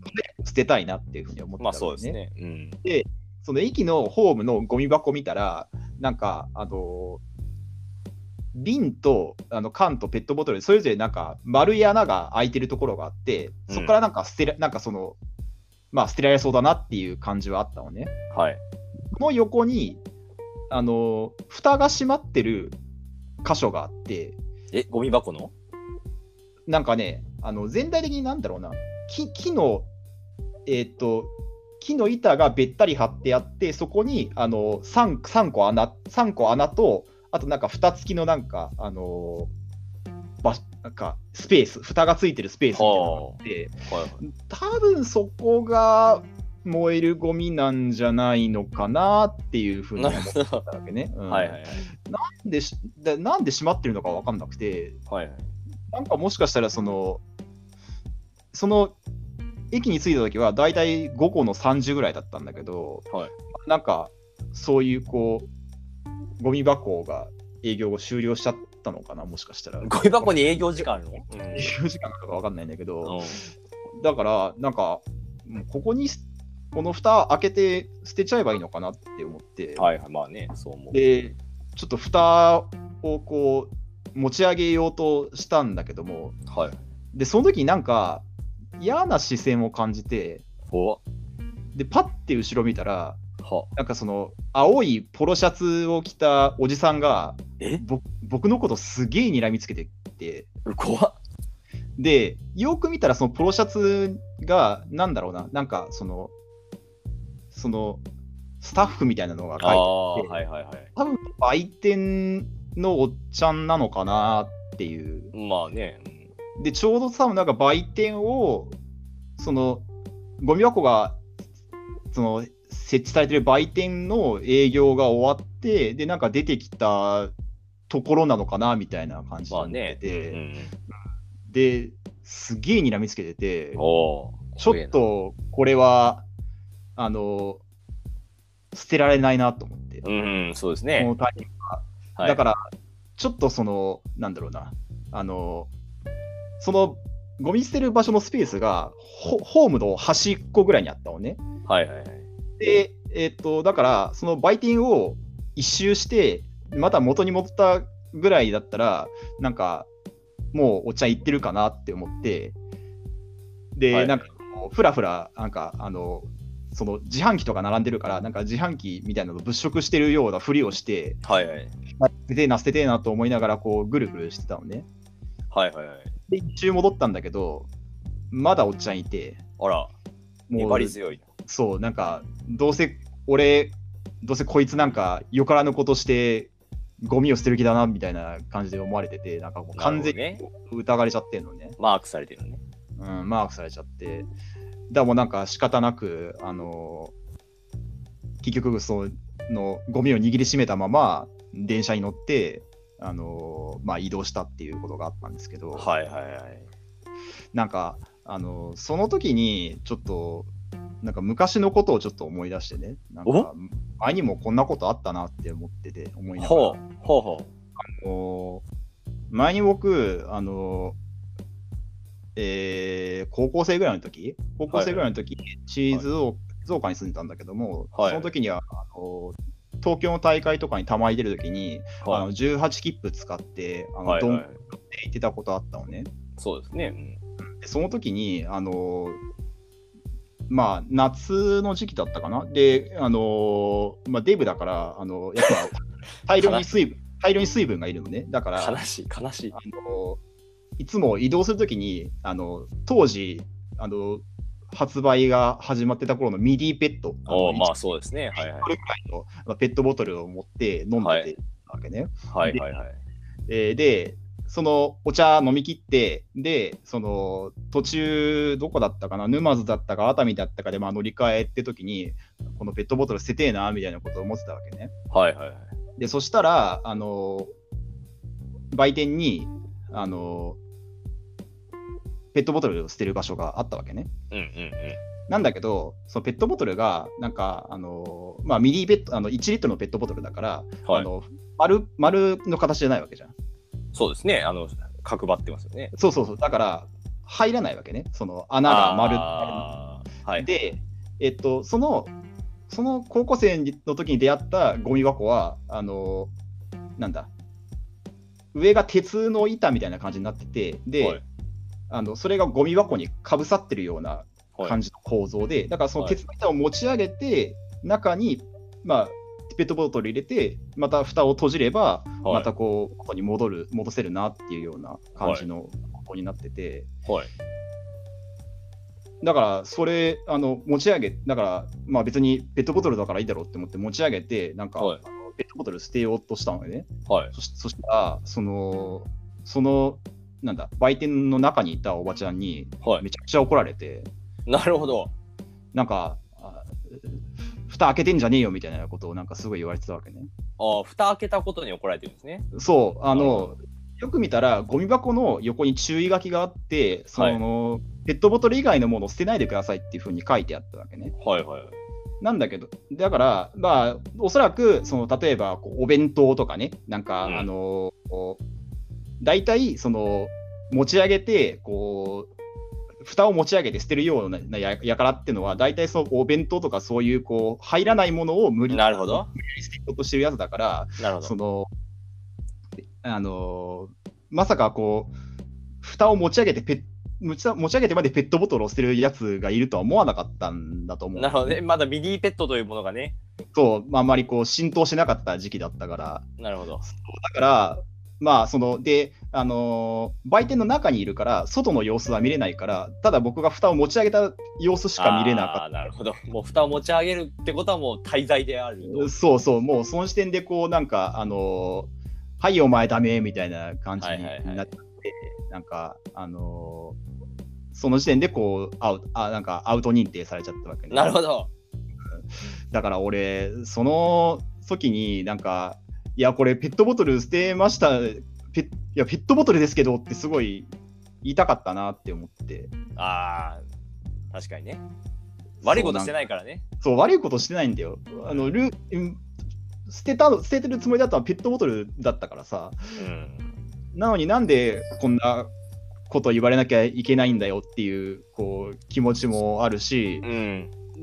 捨てたいなっていうふうに思ってたんだよね。 まあそうですね。うん、 で、その駅のホームのゴミ箱見たら、なんか、あの、瓶とあの缶とペットボトル、それぞれなんか丸い穴が開いてるところがあって、そこからなんか捨てら、うん、なんかその、まあ捨てられそうだなっていう感じはあったのね。 はい。 この横に、あの、蓋が閉まってる箇所があって、 え、ゴミ箱のなんかね、あの全体的になんだろうな、木木の、えー、っと、木の板がべったり張ってあって、そこにあの 3, 3, 個穴さんこ穴と、あとなんか蓋付きのなんか、あのー、ばなんかスペース、蓋がついてるスペースみたいなのがあって、はあはい、多分そこが燃えるゴミなんじゃないのかなっていうふうに思ってたわけね。うん、はいはいはい、なんでしなんで閉まってるのか分かんなくて、はいはい、なんかもしかしたらその、その駅に着いた時はだいたいごこのさんじゅうぐらいだったんだけど、はい、なんかそういうこうゴミ箱が営業を終了しちゃったのかな、もしかしたら。 ゴミ箱に営業時間あるの？うん、 営業時間か分かんないんだけど、うん、だからなんかここにこの蓋開けて捨てちゃえばいいのかなって思って、 はいはい、まあね、そう思う。 で、ちょっと蓋をこう持ち上げようとしたんだけども、はい、でその時になんか嫌な視線を感じて、でパッて後ろ見たら、なんかその青いポロシャツを着たおじさんがえ僕のことすげえ睨みつけてきて、 怖っ。 でよく見たらそのポロシャツがなんだろうな、なんかそのそのスタッフみたいなのが書いてあって、はいはいはい、多分売店のおっちゃんなのかなっていう。 まあね。 でちょうどさ、なんか売店をそのゴミ箱がその設置されてる売店の営業が終わって、でなんか出てきたところなのかなみたいな感じで思ってて、まあね、うん、ですげえ睨みつけてて、ちょっとこれはあの捨てられないなと思って、 うん、そうですね。 このタイミングは、はい、だからちょっとそのなんだろうな、あのそのゴミ捨てる場所のスペースがホームの端っこぐらいにあったのね。はいはいはい。で、えー、っとだからその売店を一周してまた元に戻ったぐらいだったら、なんかもうお茶行ってるかなって思って、で、はい、なんかふらふらなんかあのその自販機とか並んでるから、なんか自販機みたいなの物色してるようなふりをして、はいはい、捨ててえな捨ててえなと思いながらこうぐるぐるしてたのね。はいはいはい。で一周戻ったんだけど、まだおっちゃんいて、 あら、粘り強い。 そう、なんかどうせ俺どうせこいつなんかよからぬことしてゴミを捨てる気だなみたいな感じで思われてて、なんかもう完全に疑われちゃってんのね。 マークされてるね。 うん、マークされちゃって、だからもうなんか仕方なく、あの結局そのゴミを握りしめたまま電車に乗って、あのまあ、移動したっていうことがあったんですけど、はいはいはい、なんかあのその時にちょっとなんか昔のことをちょっと思い出してね、なんか前にもこんなことあったなって思ってて思いながら、ほうほうほう、あの前に僕あのえー、高校生ぐらいの時高校生ぐらいの時、はいはい、静岡に住んでたんだけども、はい、その時にはあの東京の大会とかにたまに出る時に、はい、あのじゅうはち切符使ってあの、はいはい、ドンって行ってたことあったのね。 そうですね。 でその時にあのまあ夏の時期だったかな。であの、まあ、デブだからあのやっぱ大量に水分大量に水分がいるのね。だから悲しい悲しい。 あのいつも移動するときにあの当時あの発売が始まってた頃のミディペット、 あまあそうですね、はいはい、 これくらいのペットボトルを持って飲んでたわけね。 はいはいはい。 で、でそのお茶飲み切って、でその途中どこだったかな、沼津だったか熱海だったかで、まあ、乗り換えって時にこのペットボトル捨ててえなみたいなことを思ってたわけね。はいはいはい。でそしたらあの売店にあのペットボトルを捨てる場所があったわけね。うんうんうん、なんだけど、そのペットボトルがなんかあの、まあ、ミリーペットあのいちリットルのペットボトルだから、はい、あの 丸, 丸の形じゃないわけじゃん。 そうですね、あの角張ってますよね。 そうそうそう、だから入らないわけね、その穴が丸はい、 で、えっと、その、その高校生の時に出会ったゴミ箱は、あの、なんだ、上が鉄の板みたいな感じになってて、で、はい、あのそれがゴミ箱にかぶさってるような感じの構造で、はい、だからその鉄の板を持ち上げて、中に、まあ、ペットボトル入れて、また蓋を閉じれば、はい、またこう、ここに戻る、戻せるなっていうような感じの箱になってて、 はい、 だから、それ、あの持ち上げ、だから、まあ別にペットボトルだからいいだろうって思って持ち上げて、なんか、はい、あのペットボトル捨てようとしたのね。 はい、 そ, しそしたら、その、その、なんだ、売店の中にいたおばちゃんに、めちゃくちゃ怒られて、 はい、なるほど。 なんか、蓋開けてんじゃねえよみたいなことをなんかすごい言われてたわけね。 ああ、蓋開けたことに怒られてるんですね。 そう、あの、よく見たら、ゴミ箱の横に注意書きがあって、その、はい、ペットボトル以外のものを捨てないでくださいっていうふうに書いてあったわけね。 はいはい。 なんだけど、だから、まあ、おそらく、その例えばこうお弁当とかね、なんか、うん、あの、大体、その、持ち上げて、こう、蓋を持ち上げて捨てるようなややからっていうのは、大体そのお弁当とかそういうこう入らないものを無理に捨てようとしてるやつだから、 なるほど、 そのあのまさかこう蓋を持ち上げてペ持ち上げてまでペットボトルを捨てるやつがいるとは思わなかったんだと思う。 なるほどね。まだミニペットというものがね、 そう、まあ、あまりこう浸透しなかった時期だったから。 なるほど。 だからまあそのであのー、売店の中にいるから外の様子は見れないから、ただ僕が蓋を持ち上げた様子しか見れなかった。 あ、なるほど。もう蓋を持ち上げるってことはもう滞在であると。 そうそう、もうその時点でこうなんかあのー、はいお前ダメみたいな感じになって、はいはいはい、なんかあのー、その時点でこうアウト、あ、なんかアウト認定されちゃったわけね。 なるほど。 だから俺その時になんか、いやこれペットボトル捨てましたペいやペットボトルですけどってすごい言いたかったなって思って。 あー、確かにね。悪いことしてないからね。 そう、悪いことしてないんだよ。あのル捨てた捨ててるつもりだったのはペットボトルだったからさ、うん、なのになんでこんなこと言われなきゃいけないんだよっていう、こう気持ちもあるし、うん、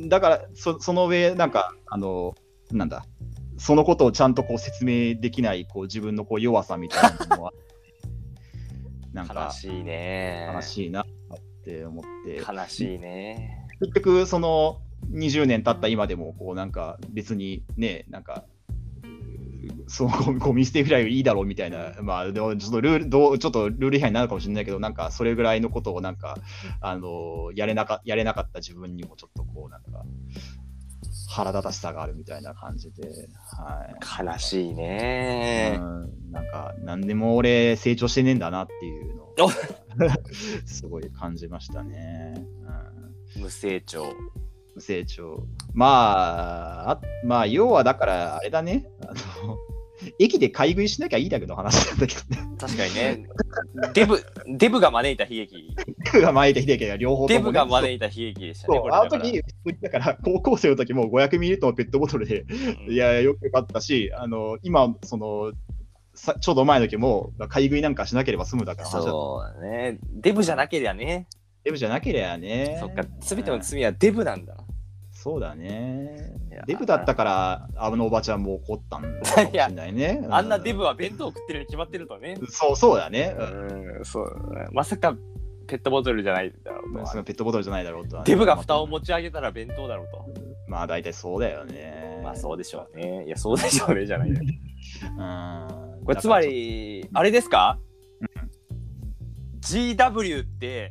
だから そ, その上なんかあのなんだそのことをちゃんとこう説明できないこう自分のこう弱さみたいなのもあってなんか悲しいね。 悲しいなって思って。 悲しいね。 結局そのにじゅうねん経った今でもこうなんか別にね、なんかそのゴミ捨てぐらいいいだろうみたいな、まあでもちょっとルールどうちょっとルール違反になるかもしれないけど、なんかそれぐらいのことをなんかあのやれなかやれなかった自分にもちょっとこうなんか腹立たしさがあるみたいな感じで、はい、 悲しいね。 うん、なんか何でも俺成長してねえんだなっていうのをすごい感じましたね、 うん、無成長無成長まああまあ要はだからあれだね、あの駅で買い食いしなきゃいいだけの話なんだけどね。 確かにね。デブ、デブが招いた悲劇。 デブが招いた悲劇が両方とも、ね、 デブが招いた悲劇でしたね。 そう、あの時、だから高校生の時もごひゃくミリリットルのペットボトルで、うん、いや、よくかったし、あの今、その、さちょうど前の時も買い食いなんかしなければ済むだから話だった。 そうだね。デブじゃなければね。 デブじゃなければね。 そっか、すべての罪はデブなんだ。 そうだね。デブだったからあのおばちゃんも怒ったんかもしれないね。 あんなデブは弁当食ってるに決まってるとね。 そうそうだね。 うん、そうだね。まさかペットボトルじゃないだろうと。 まあ、ペットボトルじゃないだろうと、ね。 デブが蓋を持ち上げたら弁当だろうと。 まあ大体そうだよね。 まあそうでしょうね。いやそうでしょうねじゃないよ。うん。これつまりあれですか？うん、ジーダブリュー って、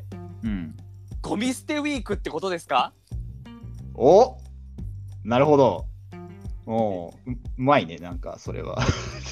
うん、ゴミ捨てウィークってことですか？ お、なるほど。おう、うまいね、なんかそれは。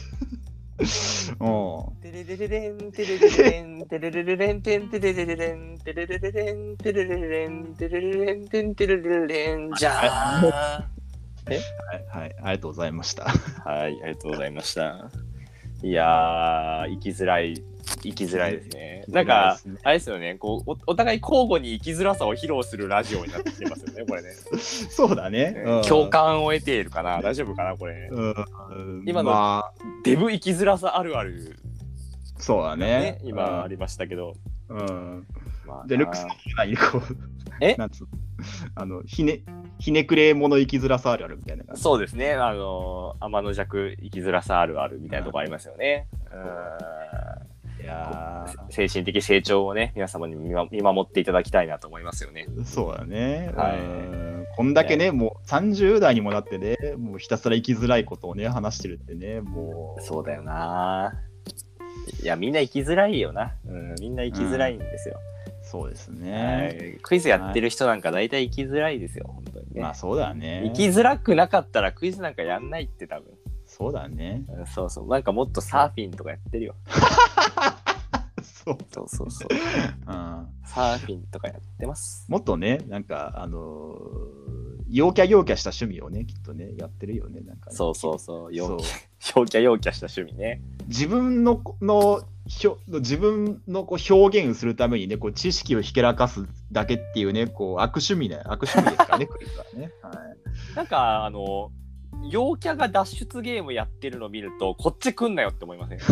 おう。テレレレレンテレレレレンテレレレレンテンテレレレレンテレレレレンテレレレレンテレレレンテンテレレレレンじゃあ。え、はい、はい、ありがとうございました。 はい、ありがとうございました。いやー、生きづらい。生きづらいですね。なんか、あれですよね、こう お, お互い交互に生きづらさを披露するラジオになってきてますよね、これね。 そうだね、 うん。共感を得ているかな、大丈夫かな、これ。うん、今の、まあ、デブ生きづらさあるある、 そうだね。 ね今ありましたけど。 うん。まあ、で、ルックスの何こう、 えなんつあのひねひねくれ者生きづらさあるあるみたいな感じ。 そうですね。あの天の弱生きづらさあるあるみたいなとこありますよね。 うん、いや精神的成長をね、皆様に見守っていただきたいなと思いますよね。 そうだね。 はい、 うんこんだけね、もうさんじゅう代にもなってね、もうひたすら生きづらいことをね、話してるってね、もう。 そうだよな。いや、みんな生きづらいよな。うん、みんな生きづらいんですよ。 うん、そうですね、 はい。クイズやってる人なんか大体生きづらいですよ、本当にね。 まあそうだね。 生きづらくなかったらクイズなんかやんないって多分。 そうだね。 うん、そうそう。なんかもっとサーフィンとかやってるよ。 そうそうそうそう。 うん、 サーフィンとかやってます。 もっとね、なんか、あのー、陽キャ陽キャした趣味をね、きっとね、やってるよね。なんかねそうそうそう。陽キャ、陽キャ陽キャした趣味ね。 自分ののひょ自分のこう表現するためにね、こう知識をひけらかすだけっていうね、こう悪趣味ね、悪趣味ですからね、クリスはね。はい、 なんか、あの、陽キャが脱出ゲームやってるのを見ると、こっち来んなよって思いません？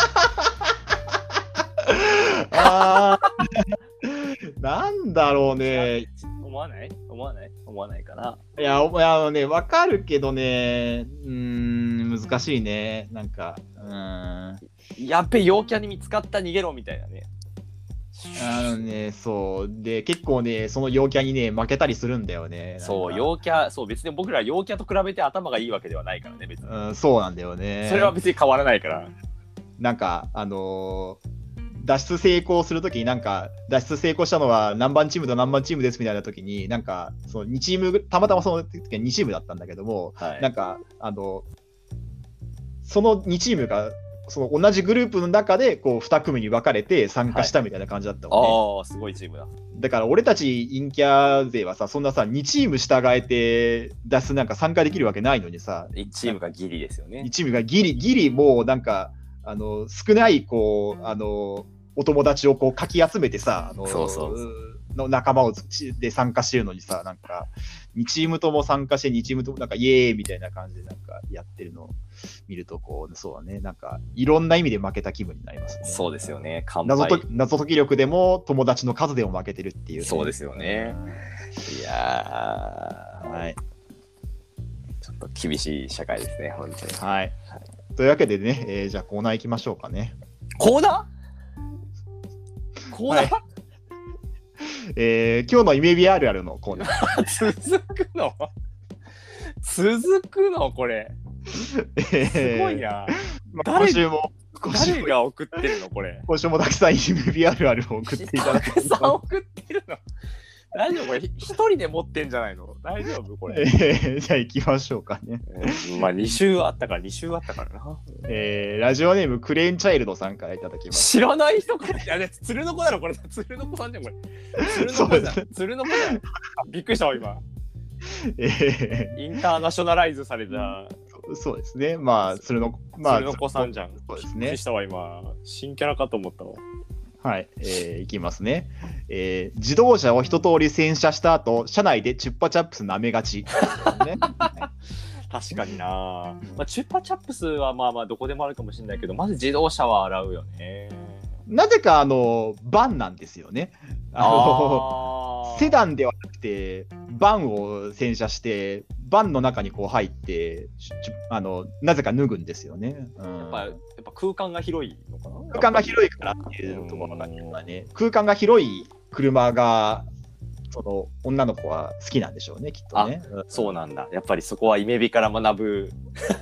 あなんだろうね。 思わない思わない思わないかな。 いや、いやね、わかるけどね、うーん、難しいね。なんか、うーん。 やっべ、陽キャに見つかった逃げろみたいなね。 あのね、そう。で、結構ね、その陽キャにね、負けたりするんだよね。 そう、陽キャ、そう、別に僕ら陽キャと比べて頭がいいわけではないからね、別に。 うん、そうなんだよね。 それは別に変わらないから。 なんか、あのー、脱出成功するときになんか脱出成功したのは何番チームと何番チームですみたいなときになんかそのにチームたまたまその時はにチームだったんだけども、はい、なんかあのそのにチームがその同じグループの中でこうに組に分かれて参加したみたいな感じだったもんね。 はい、ああすごいチームだ。 だから俺たち陰キャ勢はさそんなさにチーム従えて脱出なんか参加できるわけないのにさいちチームがギリですよね。 いちチームがギリギリもうなんかあの少ないこうあのお友達をこうかき集めてさあのそうそうの仲間をで参加してるのにさなんかにチームとも参加してにチームともなんかイエーイみたいな感じでなんかやってるのを見るとこうそうだねなんかいろんな意味で負けた気分になりますね。 そうですよね。 謎と謎解き力でも友達の数でも負けてるっていう、ね、 そうですよね。いやーはいちょっと厳しい社会ですね本当に。 はい、はい、というわけでね、えー、じゃあコーナー行きましょうかね。 コーナーコーナー、はい、 えー、今日のイメビあるあるのコーナー続くの続くのこれ、えー、すごいな、 まあ、今週も誰が送ってるのこれ今週もたくさんイメビあるあるを送っていただいてたくさん送ってるの大丈夫これ一人で持ってんじゃないの大丈夫これ、 えー、じゃあ行きましょうかね、 えー、まあに週あったからに週あったからな、 えー、ラジオネームクレーンチャイルドさんからいただきます。知らない人これいやね鶴の子だろこれ鶴の子さんじゃんこれ鶴の子じゃん鶴の子じゃんびっくりしたわ今、えー、インターナショナライズされたそうですねまあ鶴のまあ鶴の子さんじゃん。 そうですね。 びっくりしたわ今新キャラかと思ったわ。 はい、えー、いきますね、えー、自動車を一通り洗車した後車内でチュッパチャップス舐めがち、ね、 確かにな、まあ、チュッパチャップスはまあまあどこでもあるかもしれないけどまず自動車は洗うよね。 なぜかあのバンなんですよね。あのあセダンではなくてバンを洗車してバンの中にこう入ってあのなぜか脱ぐんですよね、うん、 やっぱやっぱ空間が広いのかな。 空間が広いからっていうところがね、空間が広い車がその女の子は好きなんでしょうねきっとね。 あ、そうなんだ。やっぱりそこはイメビから学ぶ、うん、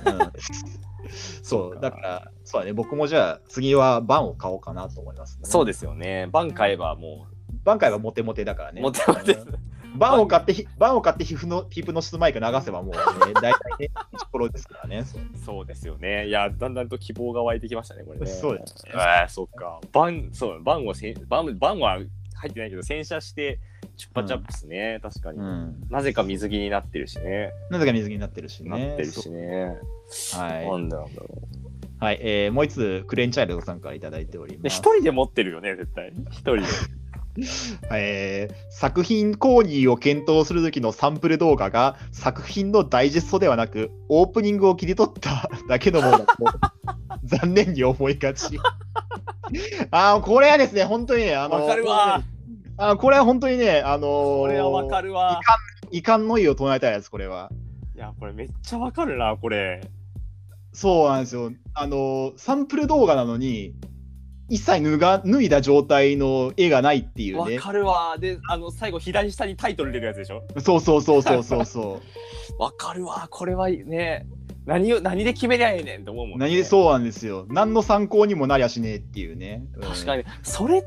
そうだからそうだね僕もじゃあ次はバンを買おうかなと思います、ね、 そうですよね。バン買えばもうバン買えばモテモテだからね。 モテモテバンを買ってバンを買って皮膚の皮膚の質マイク流せばもうね大体ね一コロですからね。そう、 そうですよね。いやだんだんと希望が湧いてきましたねこれね。 そうですね。 ああそっか。バンそうバンをせバンバンは入ってないけど洗車してチュッパチャップスね、うん、確かに、うん、なぜか水着になってるしね。 なぜか水着になってるしね。 なってるしね。はい。なんだろう。 はい、えー、もう一つクレーンチャイルドさんからいただいております。 一人で持ってるよね絶対。一人で。 えー、作品購入を検討する時のサンプル動画が作品のダイジェストではなくオープニングを切り取っただけのものだと残念に思いがち。あーこれはですね本当にねあのわかるわあ、これは本当にね、あのー、 これはわかるわ。 遺憾の意を唱えたいやつ、これは。 いや、これめっちゃわかるな、これ。 そうなんですよ。あのー、サンプル動画なのに、一切脱が脱いだ状態の絵がないっていうね。 わかるわ。で、あの、最後、左下にタイトル出るやつでしょ。 そうそうそうそうそうそう。 わかるわ。これはね、何を、何で決めりゃええねんと思うもんね。 何で、そうなんですよ。何の参考にもなりゃしねえっていうね。 うん、確かに。それって、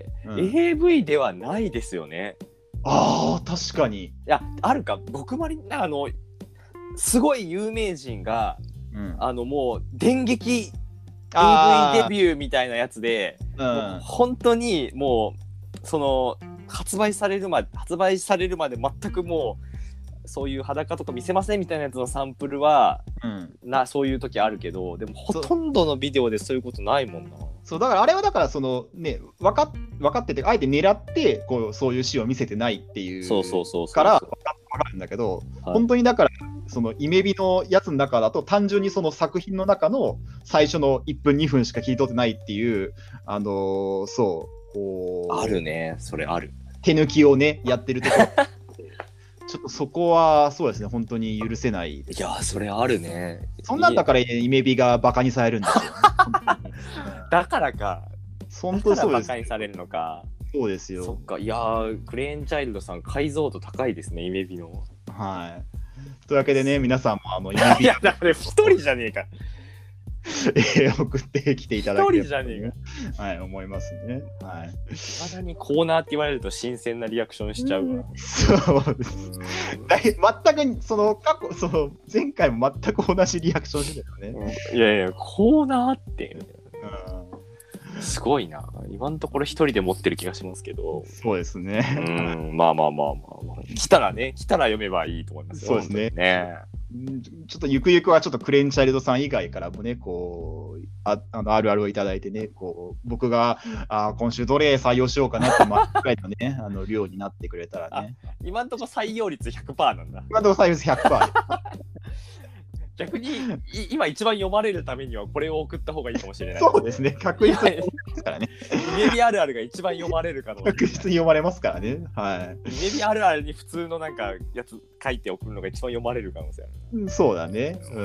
うん、エーブイ ではないですよね。 ああ、確かに。いや、あるか。僕まり、あの、すごい有名人が、うん、あの、もう、電撃、エーブイ デビューみたいなやつで、うん、もう本当にもうその発売されるまで発売されるまで全くもうそういう裸とか見せませんみたいなやつのサンプルは、うん、なそういう時あるけど、でもほとんどのビデオでそういうことないもんな。 そうだからあれはだからそのね分かっ分かっててあえて狙ってこうそういうシーンを見せてないっていうそうそうそうそうから分かるんだけど、はい、本当にだからそのイメビのやつの中だと単純にその作品の中の最初のいっぷんにふんしか切り取ってないっていうあのー、そうこうあるね、それある手抜きをねやってるところちょっとそこはそうですね本当に許せないです、 ね、いやそれあるね。 そんなんだからイメビがバカにされるんですよ、ね、 だからか本当そうです。 バカにされるのか。 そうですよ。 そっか。いやークレーンチャイルドさん解像度高いですねイメビの。 はい。というわけでね皆さんもあのイメビいやだから一人じゃねえかえー、送ってきていただければ、 一人じゃねえかはい思いますね。はい。 まだにコーナーって言われると新鮮なリアクションしちゃうわ。 そうです。全くその過去その前回も全く同じリアクションしてたよね。 いやいやコーナーって。うんすごいな。今のところ一人で持ってる気がしますけど。 そうですね。 うん、まあまあまあまあまあ。来たらね、来たら読めばいいと思いますよ。 そうですね。ねちょっとゆくゆくはちょっとクレーンチャイルドさん以外からもね、こう、あ, あのあるあるをいただいてね、こう僕があ今週どれ採用しようかなって毎回のね、あの量になってくれたらね。 今のところ採用率 ひゃくパーセント なんだ。 今のところ採用率 ひゃくパーセント。 逆に今一番読まれるためにはこれを送った方がいいかもしれない。 そうですね、確実にですからね。 イメビあるあるが一番読まれるかの。 確実に読まれますからね。はい。 イメビあるあるに普通のなんかやつ書いて送るのが一番読まれる可能性ある、 ね。そうだね。 うん。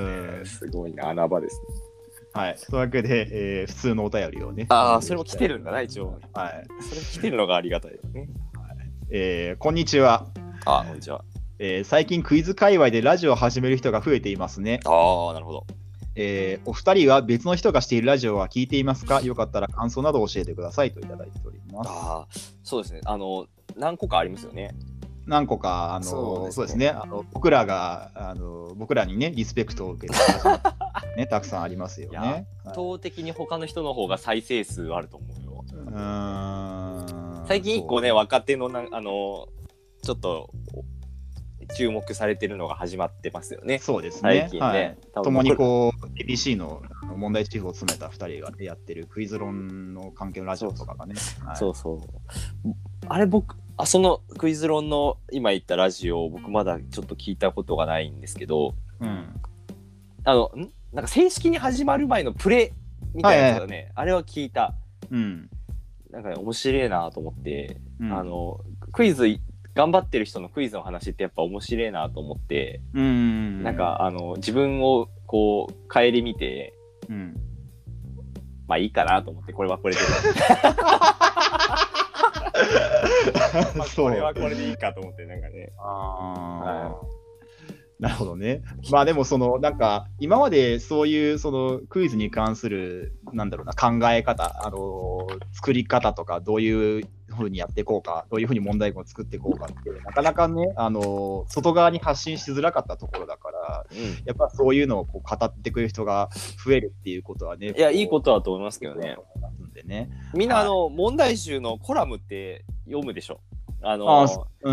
すごいな、穴場ですね。 はい。というわけで、えー、普通のお便りをね。 ああ、それも来てるんだな、一応。 はい。 それ来てるのがありがたいですね。 はい。えー、こんにちは。 あ、こんにちは。 えー、最近クイズ界隈でラジオを始める人が増えていますね。 ああ、なるほど。 えー、お二人は別の人がしているラジオは聞いていますか？よかったら感想など教えてくださいといただいております。 ああ、そうですね。あの、何個かありますよね。 何個か、あの、そうですね。そうですねあの僕らが、あの、僕らにね、リスペクトを受けてね、たくさんありますよね。 圧倒的に他の人の方が再生数あると思うよ。うーん最近一個ね、若手のな、あの、ちょっと、注目されてるのが始まってますよね。 そうですね。 最近ね。 はい、共にこう エービーシー の問題チーフを詰めたふたりが、ね、やってるクイズ論の関係のラジオとかがね。 そうそう。はい、あれ僕あそのクイズ論の今言ったラジオ僕まだちょっと聞いたことがないんですけど、うん、あのんなんか正式に始まる前のプレみたいなやつがね、はいはい、あれは聞いた。うん。なんか、ね、面白いなと思って、うん、あのクイズ頑張ってる人のクイズの話ってやっぱ面白いなと思って、うんうんうん、なんかあの自分をこう顧みて、うん、まあいいかなと思ってこれはこれでまあこれはこれでいいかと思ってなんかね。あ、 はい、なるほどね。まあでもそのなんか今までそういうそのクイズに関するなんだろうな考え方、あの作り方とかどういうふうにやっていこうか、どういうふうに問題文を作っていこうかってなかなかね、あの外側に発信しづらかったところだから、うん、やっぱそういうのをこう語ってくれる人が増えるっていうことはね、 いやいいことだと思いますけどね。 でねみんなあの、はい、問題集のコラムって読むでしょ。あのあ、うん、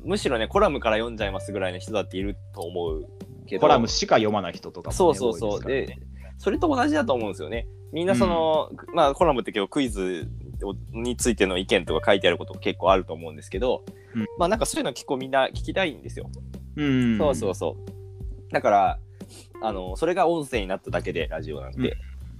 むしろねコラムから読んじゃいますぐらいの人だっていると思うけど、 コラムしか読まない人とかも、ね、 そうそうそう、で、ね、それと同じだと思うんですよね。みんなその、うん、まあコラムって結構クイズについての意見とか書いてあること結構あると思うんですけど、うん、まあなんかそういうの結構みんな聞きたいんですよ。うん、そうそうそう。だからあのそれが音声になっただけでラジオなんで、うん、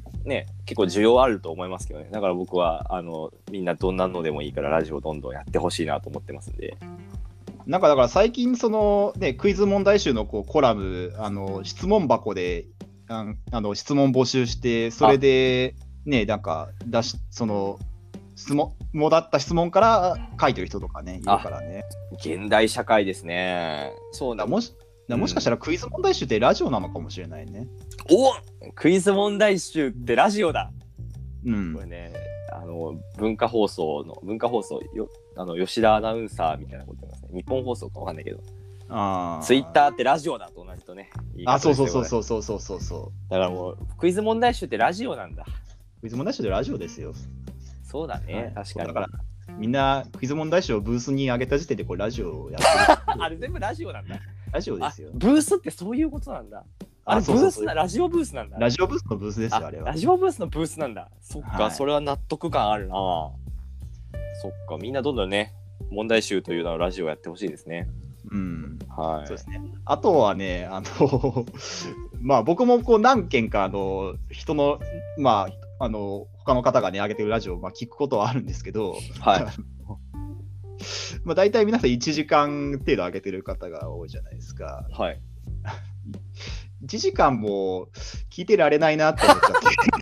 ね結構需要あると思いますけどね。だから僕はあのみんなどんなのでもいいからラジオどんどんやってほしいなと思ってますんで。 なんかだから最近その、ね、クイズ問題集のこうコラム、あの質問箱でああの質問募集して、それでね、なんか出しその質問もだった質問から書いてる人とかね、いるからね。 現代社会ですね。そうだ。 もしもしかしたらクイズ問題集ってラジオなのかもしれないね。 おクイズ問題集ってラジオだ。 うん。 これね、あの文化放送の文化放送よあの吉田アナウンサーみたいなこと言いますね。日本放送かわかんないけど。 あツイッターってラジオだと同じとね。 あ、そうそうそうそうそうそうそうそう。 だからもうクイズ問題集ってラジオなんだ。 クイズ問題集ってラジオですよ。 そうだね、はい、確かに。 だからみんなクイズ問題集をブースに上げた時点でこれラジオをやってる。 あれ全部ラジオなんだ。 ラジオですよ。 ブースってそういうことなんだ。あれブースなラジオブースなんだ。 ラジオブースのブースですよ、あれは。 ラジオブースのブースなんだ。そっか、はい、それは納得感あるな。そっか、みんなどんどんね、問題集というのはラジオやってほしいですね。 うん。 はい。 そうですね。あとはね、あの、まあ僕もこう何件かあの人の、まあ、あの、他の方がね、上げてるラジオをまあ聞くことはあるんですけど、 はい。 まあ大体皆さんいちじかん程度上げてる方が多いじゃないですか。 はい。 いちじかんも聞いてられないなって思っちゃって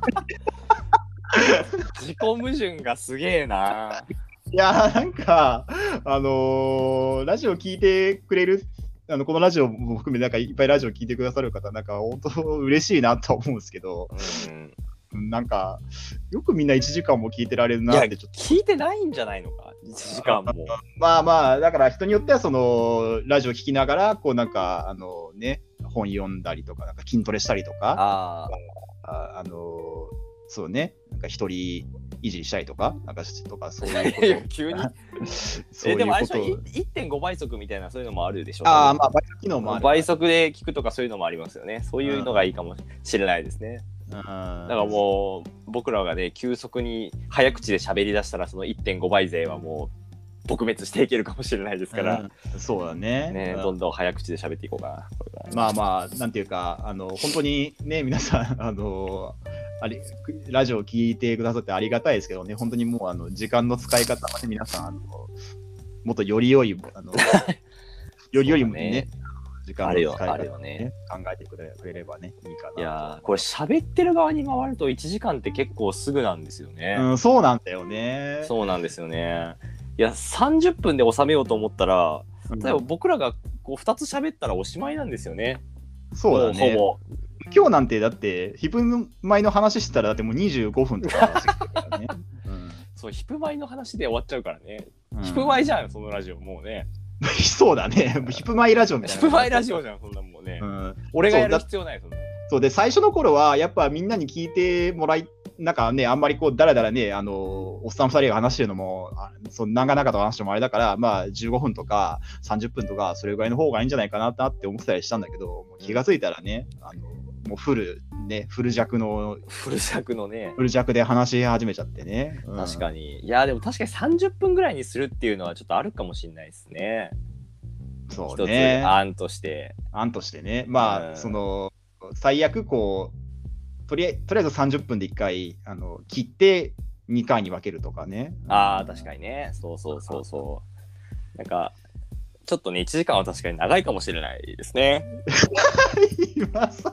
自己矛盾がすげえな。 いやーなんかあのー、ラジオ聞いてくれるあのこのラジオも含めなんかいっぱいラジオ聞いてくださる方なんか本当嬉しいなと思うんですけど、うん、なんかよくみんないちじかんも聞いてられるなってちょっと聞いてないんじゃないのかいちじかんも。 まあまあだから人によってはそのラジオ聞きながらこうなんかあのね本読んだりとか、なんか筋トレしたりとか、 ああ、あのそうね、なんか一人いじりしたりとか、なんかとかそういうこと。 急にそういうこと。えでもあれでしょ いってんご 倍速みたいなそういうのもあるでしょ。 ああ、まあ倍速機能もある。 倍速で聞くとかそういうのもありますよね。そういうのがいいかもしれないですね。うん、だからもう僕らがね急速に早口で喋り出したらその いってんご 倍勢はもう撲滅していけるかもしれないですから、 うん、そうだ ね, ね、うん、どんどん早口で喋っていこうかな。 まあまあなんていうかあの本当にね皆さんあのありラジオを聞いてくださってありがたいですけどね、本当にもうあの時間の使い方はね皆さんあのもっとより良いあのより良いもね時間の使い方を、ねね、考えてくれればねいいかな。 いやこれ喋ってる側に回るといちじかんって結構すぐなんですよね。 うん、そうなんだよね。 そうなんですよね。いやさんじゅっぷんで収めようと思ったら、例えば僕らがこうふたつ喋ったらおしまいなんですよね。 そうだね。 ほぼ今日なんてだってヒプマイの話してたらだってもうにじゅうごふんとか話してるからね。 うん、そうヒプマイの話で終わっちゃうからね。うん、ヒプマイじゃんそのラジオもうね。 そうだね。ヒプマイラジオみたいな。 ヒプマイラジオじゃんそんなもんね。うん、俺がやる必要ないそんな。 そうで最初の頃はやっぱみんなに聞いてもらいなんかねあんまりこうだらだらねあのおっさんふたりが話してるのもそ長々と話してもあれだからまあじゅうごふんとかさんじゅっぷんとかそれぐらいの方がいいんじゃないかなって思ってたりしたんだけど、もう気がついたらねあのもうフルねフル弱のフル弱のねフル弱で話し始めちゃってね、 うん、確かにいやでも確かにさんじゅっぷんぐらいにするっていうのはちょっとあるかもしれないですね。 そうね。 一つ案として案としてねまあ、うん、その最悪こうとりあえずとりあえずさんじゅっぷんでいっかいあの切ってにかいに分けるとかね。 ああ確かにねそうそうそうそうなんかちょっとねいちじかんは確かに長いかもしれないですね。 今更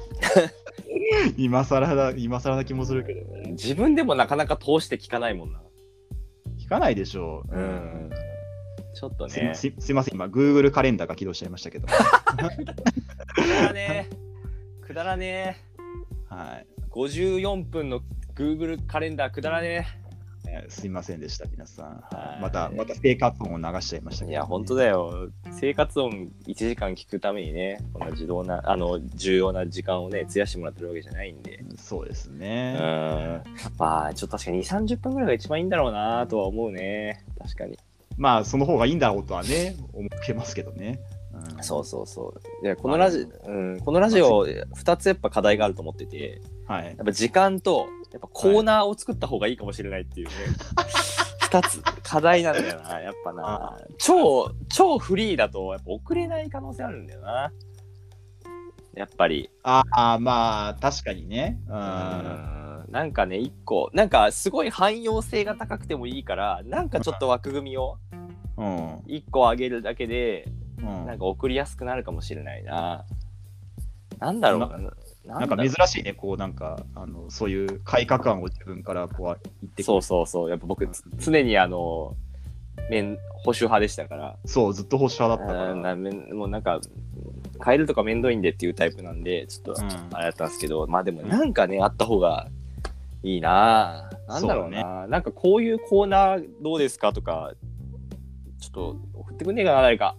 今更だ今更な気もするけどね。 自分でもなかなか通して聞かないもんな。 聞かないでしょう。 うん、うんちょっとねす、すいません今 Google カレンダーが起動しちゃいましたけどくだらねくだらねはいごじゅうよんぷんの Google カレンダーくだらねえー、すいませんでした皆さん。またまた生活音を流しちゃいましたけど、ね、 いや本当だよ生活音いちじかん聞くためにねこんな自動なあの重要な時間をね費やしてもらってるわけじゃないんで。 そうですね。 うんまあちょっと確かににじゅうさんじゅっぷんぐらいが一番いいんだろうなとは思うね。確かにまあその方がいいんだろうとはね思ってますけどね。 うん、そうそうそうでこのラジ、まあうん、このラジオふたつやっぱ課題があると思ってて、 はい、 やっぱ時間とやっぱコーナーを作った方がいいかもしれないっていうね、はい、ふたつ課題なんだよなやっぱな超超フリーだとやっぱ送れない可能性あるんだよなやっぱり。 ああまあ確かにね。うんうんなんかね一個なんかすごい汎用性が高くてもいいからなんかちょっと枠組みを一個上げるだけで、うん、なんか送りやすくなるかもしれないな。なんだろうな。 な, なんか珍しいね、こうなんかあのそういう改革案を自分からこう言ってくる。 そうそうそう、やっぱ僕常にあの面保守派でしたから。 そう、ずっと保守派だったから。 なもうなんか変えるとかめんどいんでっていうタイプなんでちょっとあれだったんですけど、うん、まあでもなんかね、うん、あった方がいいな。なんだろうな、ね、なんかこういうコーナーどうですかとかちょっと送ってくんねえかな誰か。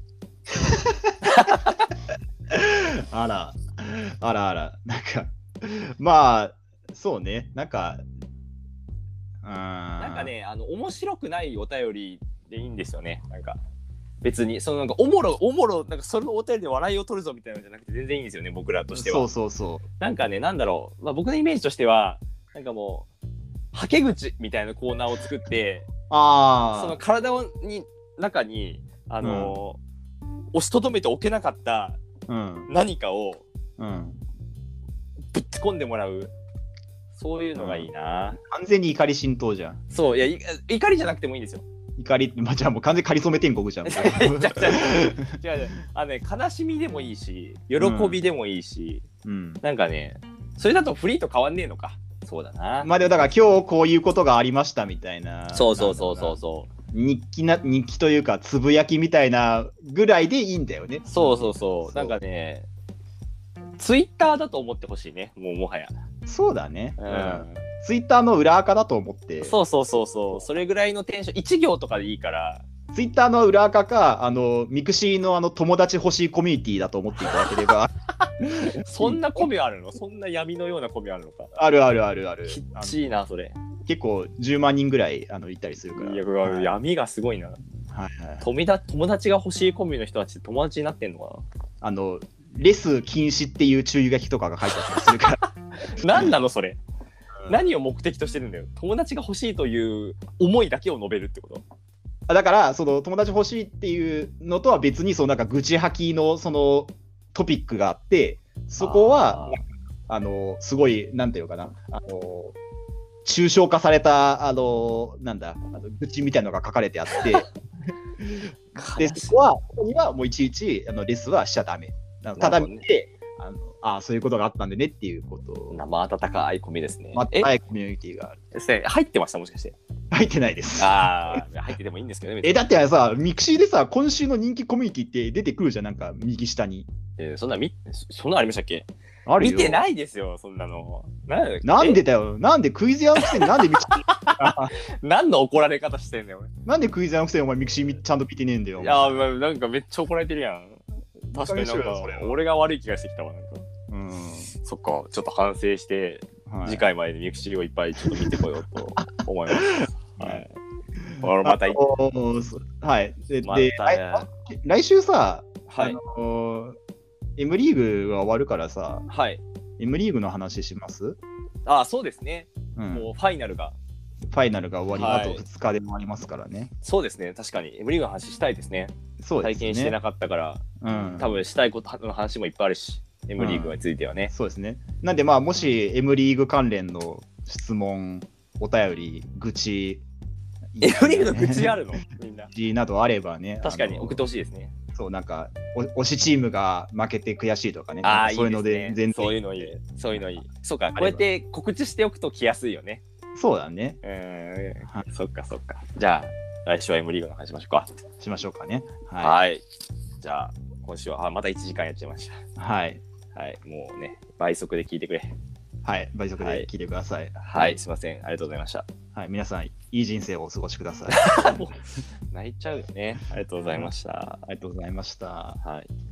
あらあらあら、なんかまあそうね、なんかうんなんかね、あの面白くないお便りでいいんですよね。なんか別にそのなんかおもろおもろなんかそのお便りで笑いを取るぞみたいなのじゃなくて全然いいんですよね、僕らとしては。 そうそうそう。 なんかね、なんだろう、まあ、僕のイメージとしてはなんかもうはけ口みたいなコーナーを作って、あその体に中にあの、うん、押しとどめておけなかった何かをぶっ込んでもらう、そういうのがいいな、うん、 完全に怒り浸透じゃん。 そういやい怒りじゃなくてもいいんですよ。 怒り、まあ、じゃあもう完全にかりそめ天国じゃん。違う違うあの、ね、悲しみでもいいし喜びでもいいし、うん、なんかねそれだとフリーと変わんねえのか。そうだな。 まあでもだから今日こういうことがありましたみたいな。 そうそうそうそうそう。 日記な日記というかつぶやきみたいなぐらいでいいんだよね。 そうそうそう。なんかねツイッターだと思ってほしいね。もうもはや。 そうだね。うん。ツイッターの裏垢だと思って。 そうそうそうそう。それぐらいのテンション一行とかでいいから。 ツイッターの裏垢かあのミクシーのあの友達欲しいコミュニティだと思っていただければ。 そんなコミあるの？そんな闇のようなコミあるのか？ あるあるあるある。 きっちいなそれ。 結構じゅうまんにんぐらいあのいたりするから。 いや、はい、闇がすごいな。はいはい。友達、友達が欲しいコミュの人たちって友達になってんのかな？ あのレス禁止っていう注意書きとかが書いてあったりするから。 何なのそれ、うん？何を目的としてるんだよ。友達が欲しいという思いだけを述べるってこと？ だからその友達欲しいっていうのとは別にそのなんか愚痴吐きのそのトピックがあって、そこはあのすごいなんていうかな、あの抽象化されたあのなんだあの愚痴みたいなのが書かれてあってでそこはここにはもういちいちあのレスはしちゃダメ。ただ見て、あのあそういうことがあったんでねっていうことを。 生温かいコミですね。 温かいコミュニティがある。 ですね。入ってましたもしかして？ 入ってないです。 ああ入っててもいいんですけどね。 えだってさミクシーでさ今週の人気コミュニティって出てくるじゃん、なんか右下に。 えー、そんなみそんなありましたっけ？あるよ。見てないですよそんなの。 な, なんでだよ。なんでクイズ屋のくせになんでミクシー何の怒られ方してんだよ。 なんでクイズ屋のくせにお前ミクシーちゃんと見てねえんだよ。 いやなんかめっちゃ怒られてるやん。確かになんか俺が悪い気がしてきたわなんか。うん。そっかちょっと反省して、はい、次回までミクシーをいっぱいちょっと見てこようと思います。はい。俺またはい。で、 ま、 で来週さ、 はい、 あのー、M リーグが終わるからさ、 はい、 M リーグの話します？ ああそうですね、うん、もうファイナルがファイナルが終わり、はい、あとふつかで終わりますからね。 そうですね、確かに M リーグの話したいですね。 そうですね、 体験してなかったから、うん、多分したいことの話もいっぱいあるし、M リーグについてはね、うん、 そうですね。なんでまあもし M リーグ関連の質問、お便り、愚痴、 ね、M リーグの愚痴あるのみんな。 愚痴などあればね。 確かに送ってほしいですね。 そうなんか推しチームが負けて悔しいとかね。 あそういうのでいいですね、全然そういうのいい。そういうのいい。そうか、こうやって告知しておくと来やすいよね。 そうだね。 えー、はい、そっかそっか。じゃあ来週は M リーグの話しましょうか。 しましょうかね。 はい。はい、じゃあ今週はあまたいちじかんやっちゃいました。 はい。 はい。もうね倍速で聞いてくれ。 はい。倍速で聞いてください。 はい。はい、すいません。ありがとうございました。 はい。皆さんいい人生をお過ごしください。 もう泣いちゃうよね。ありがとうございました。 ありがとうございました。 はい。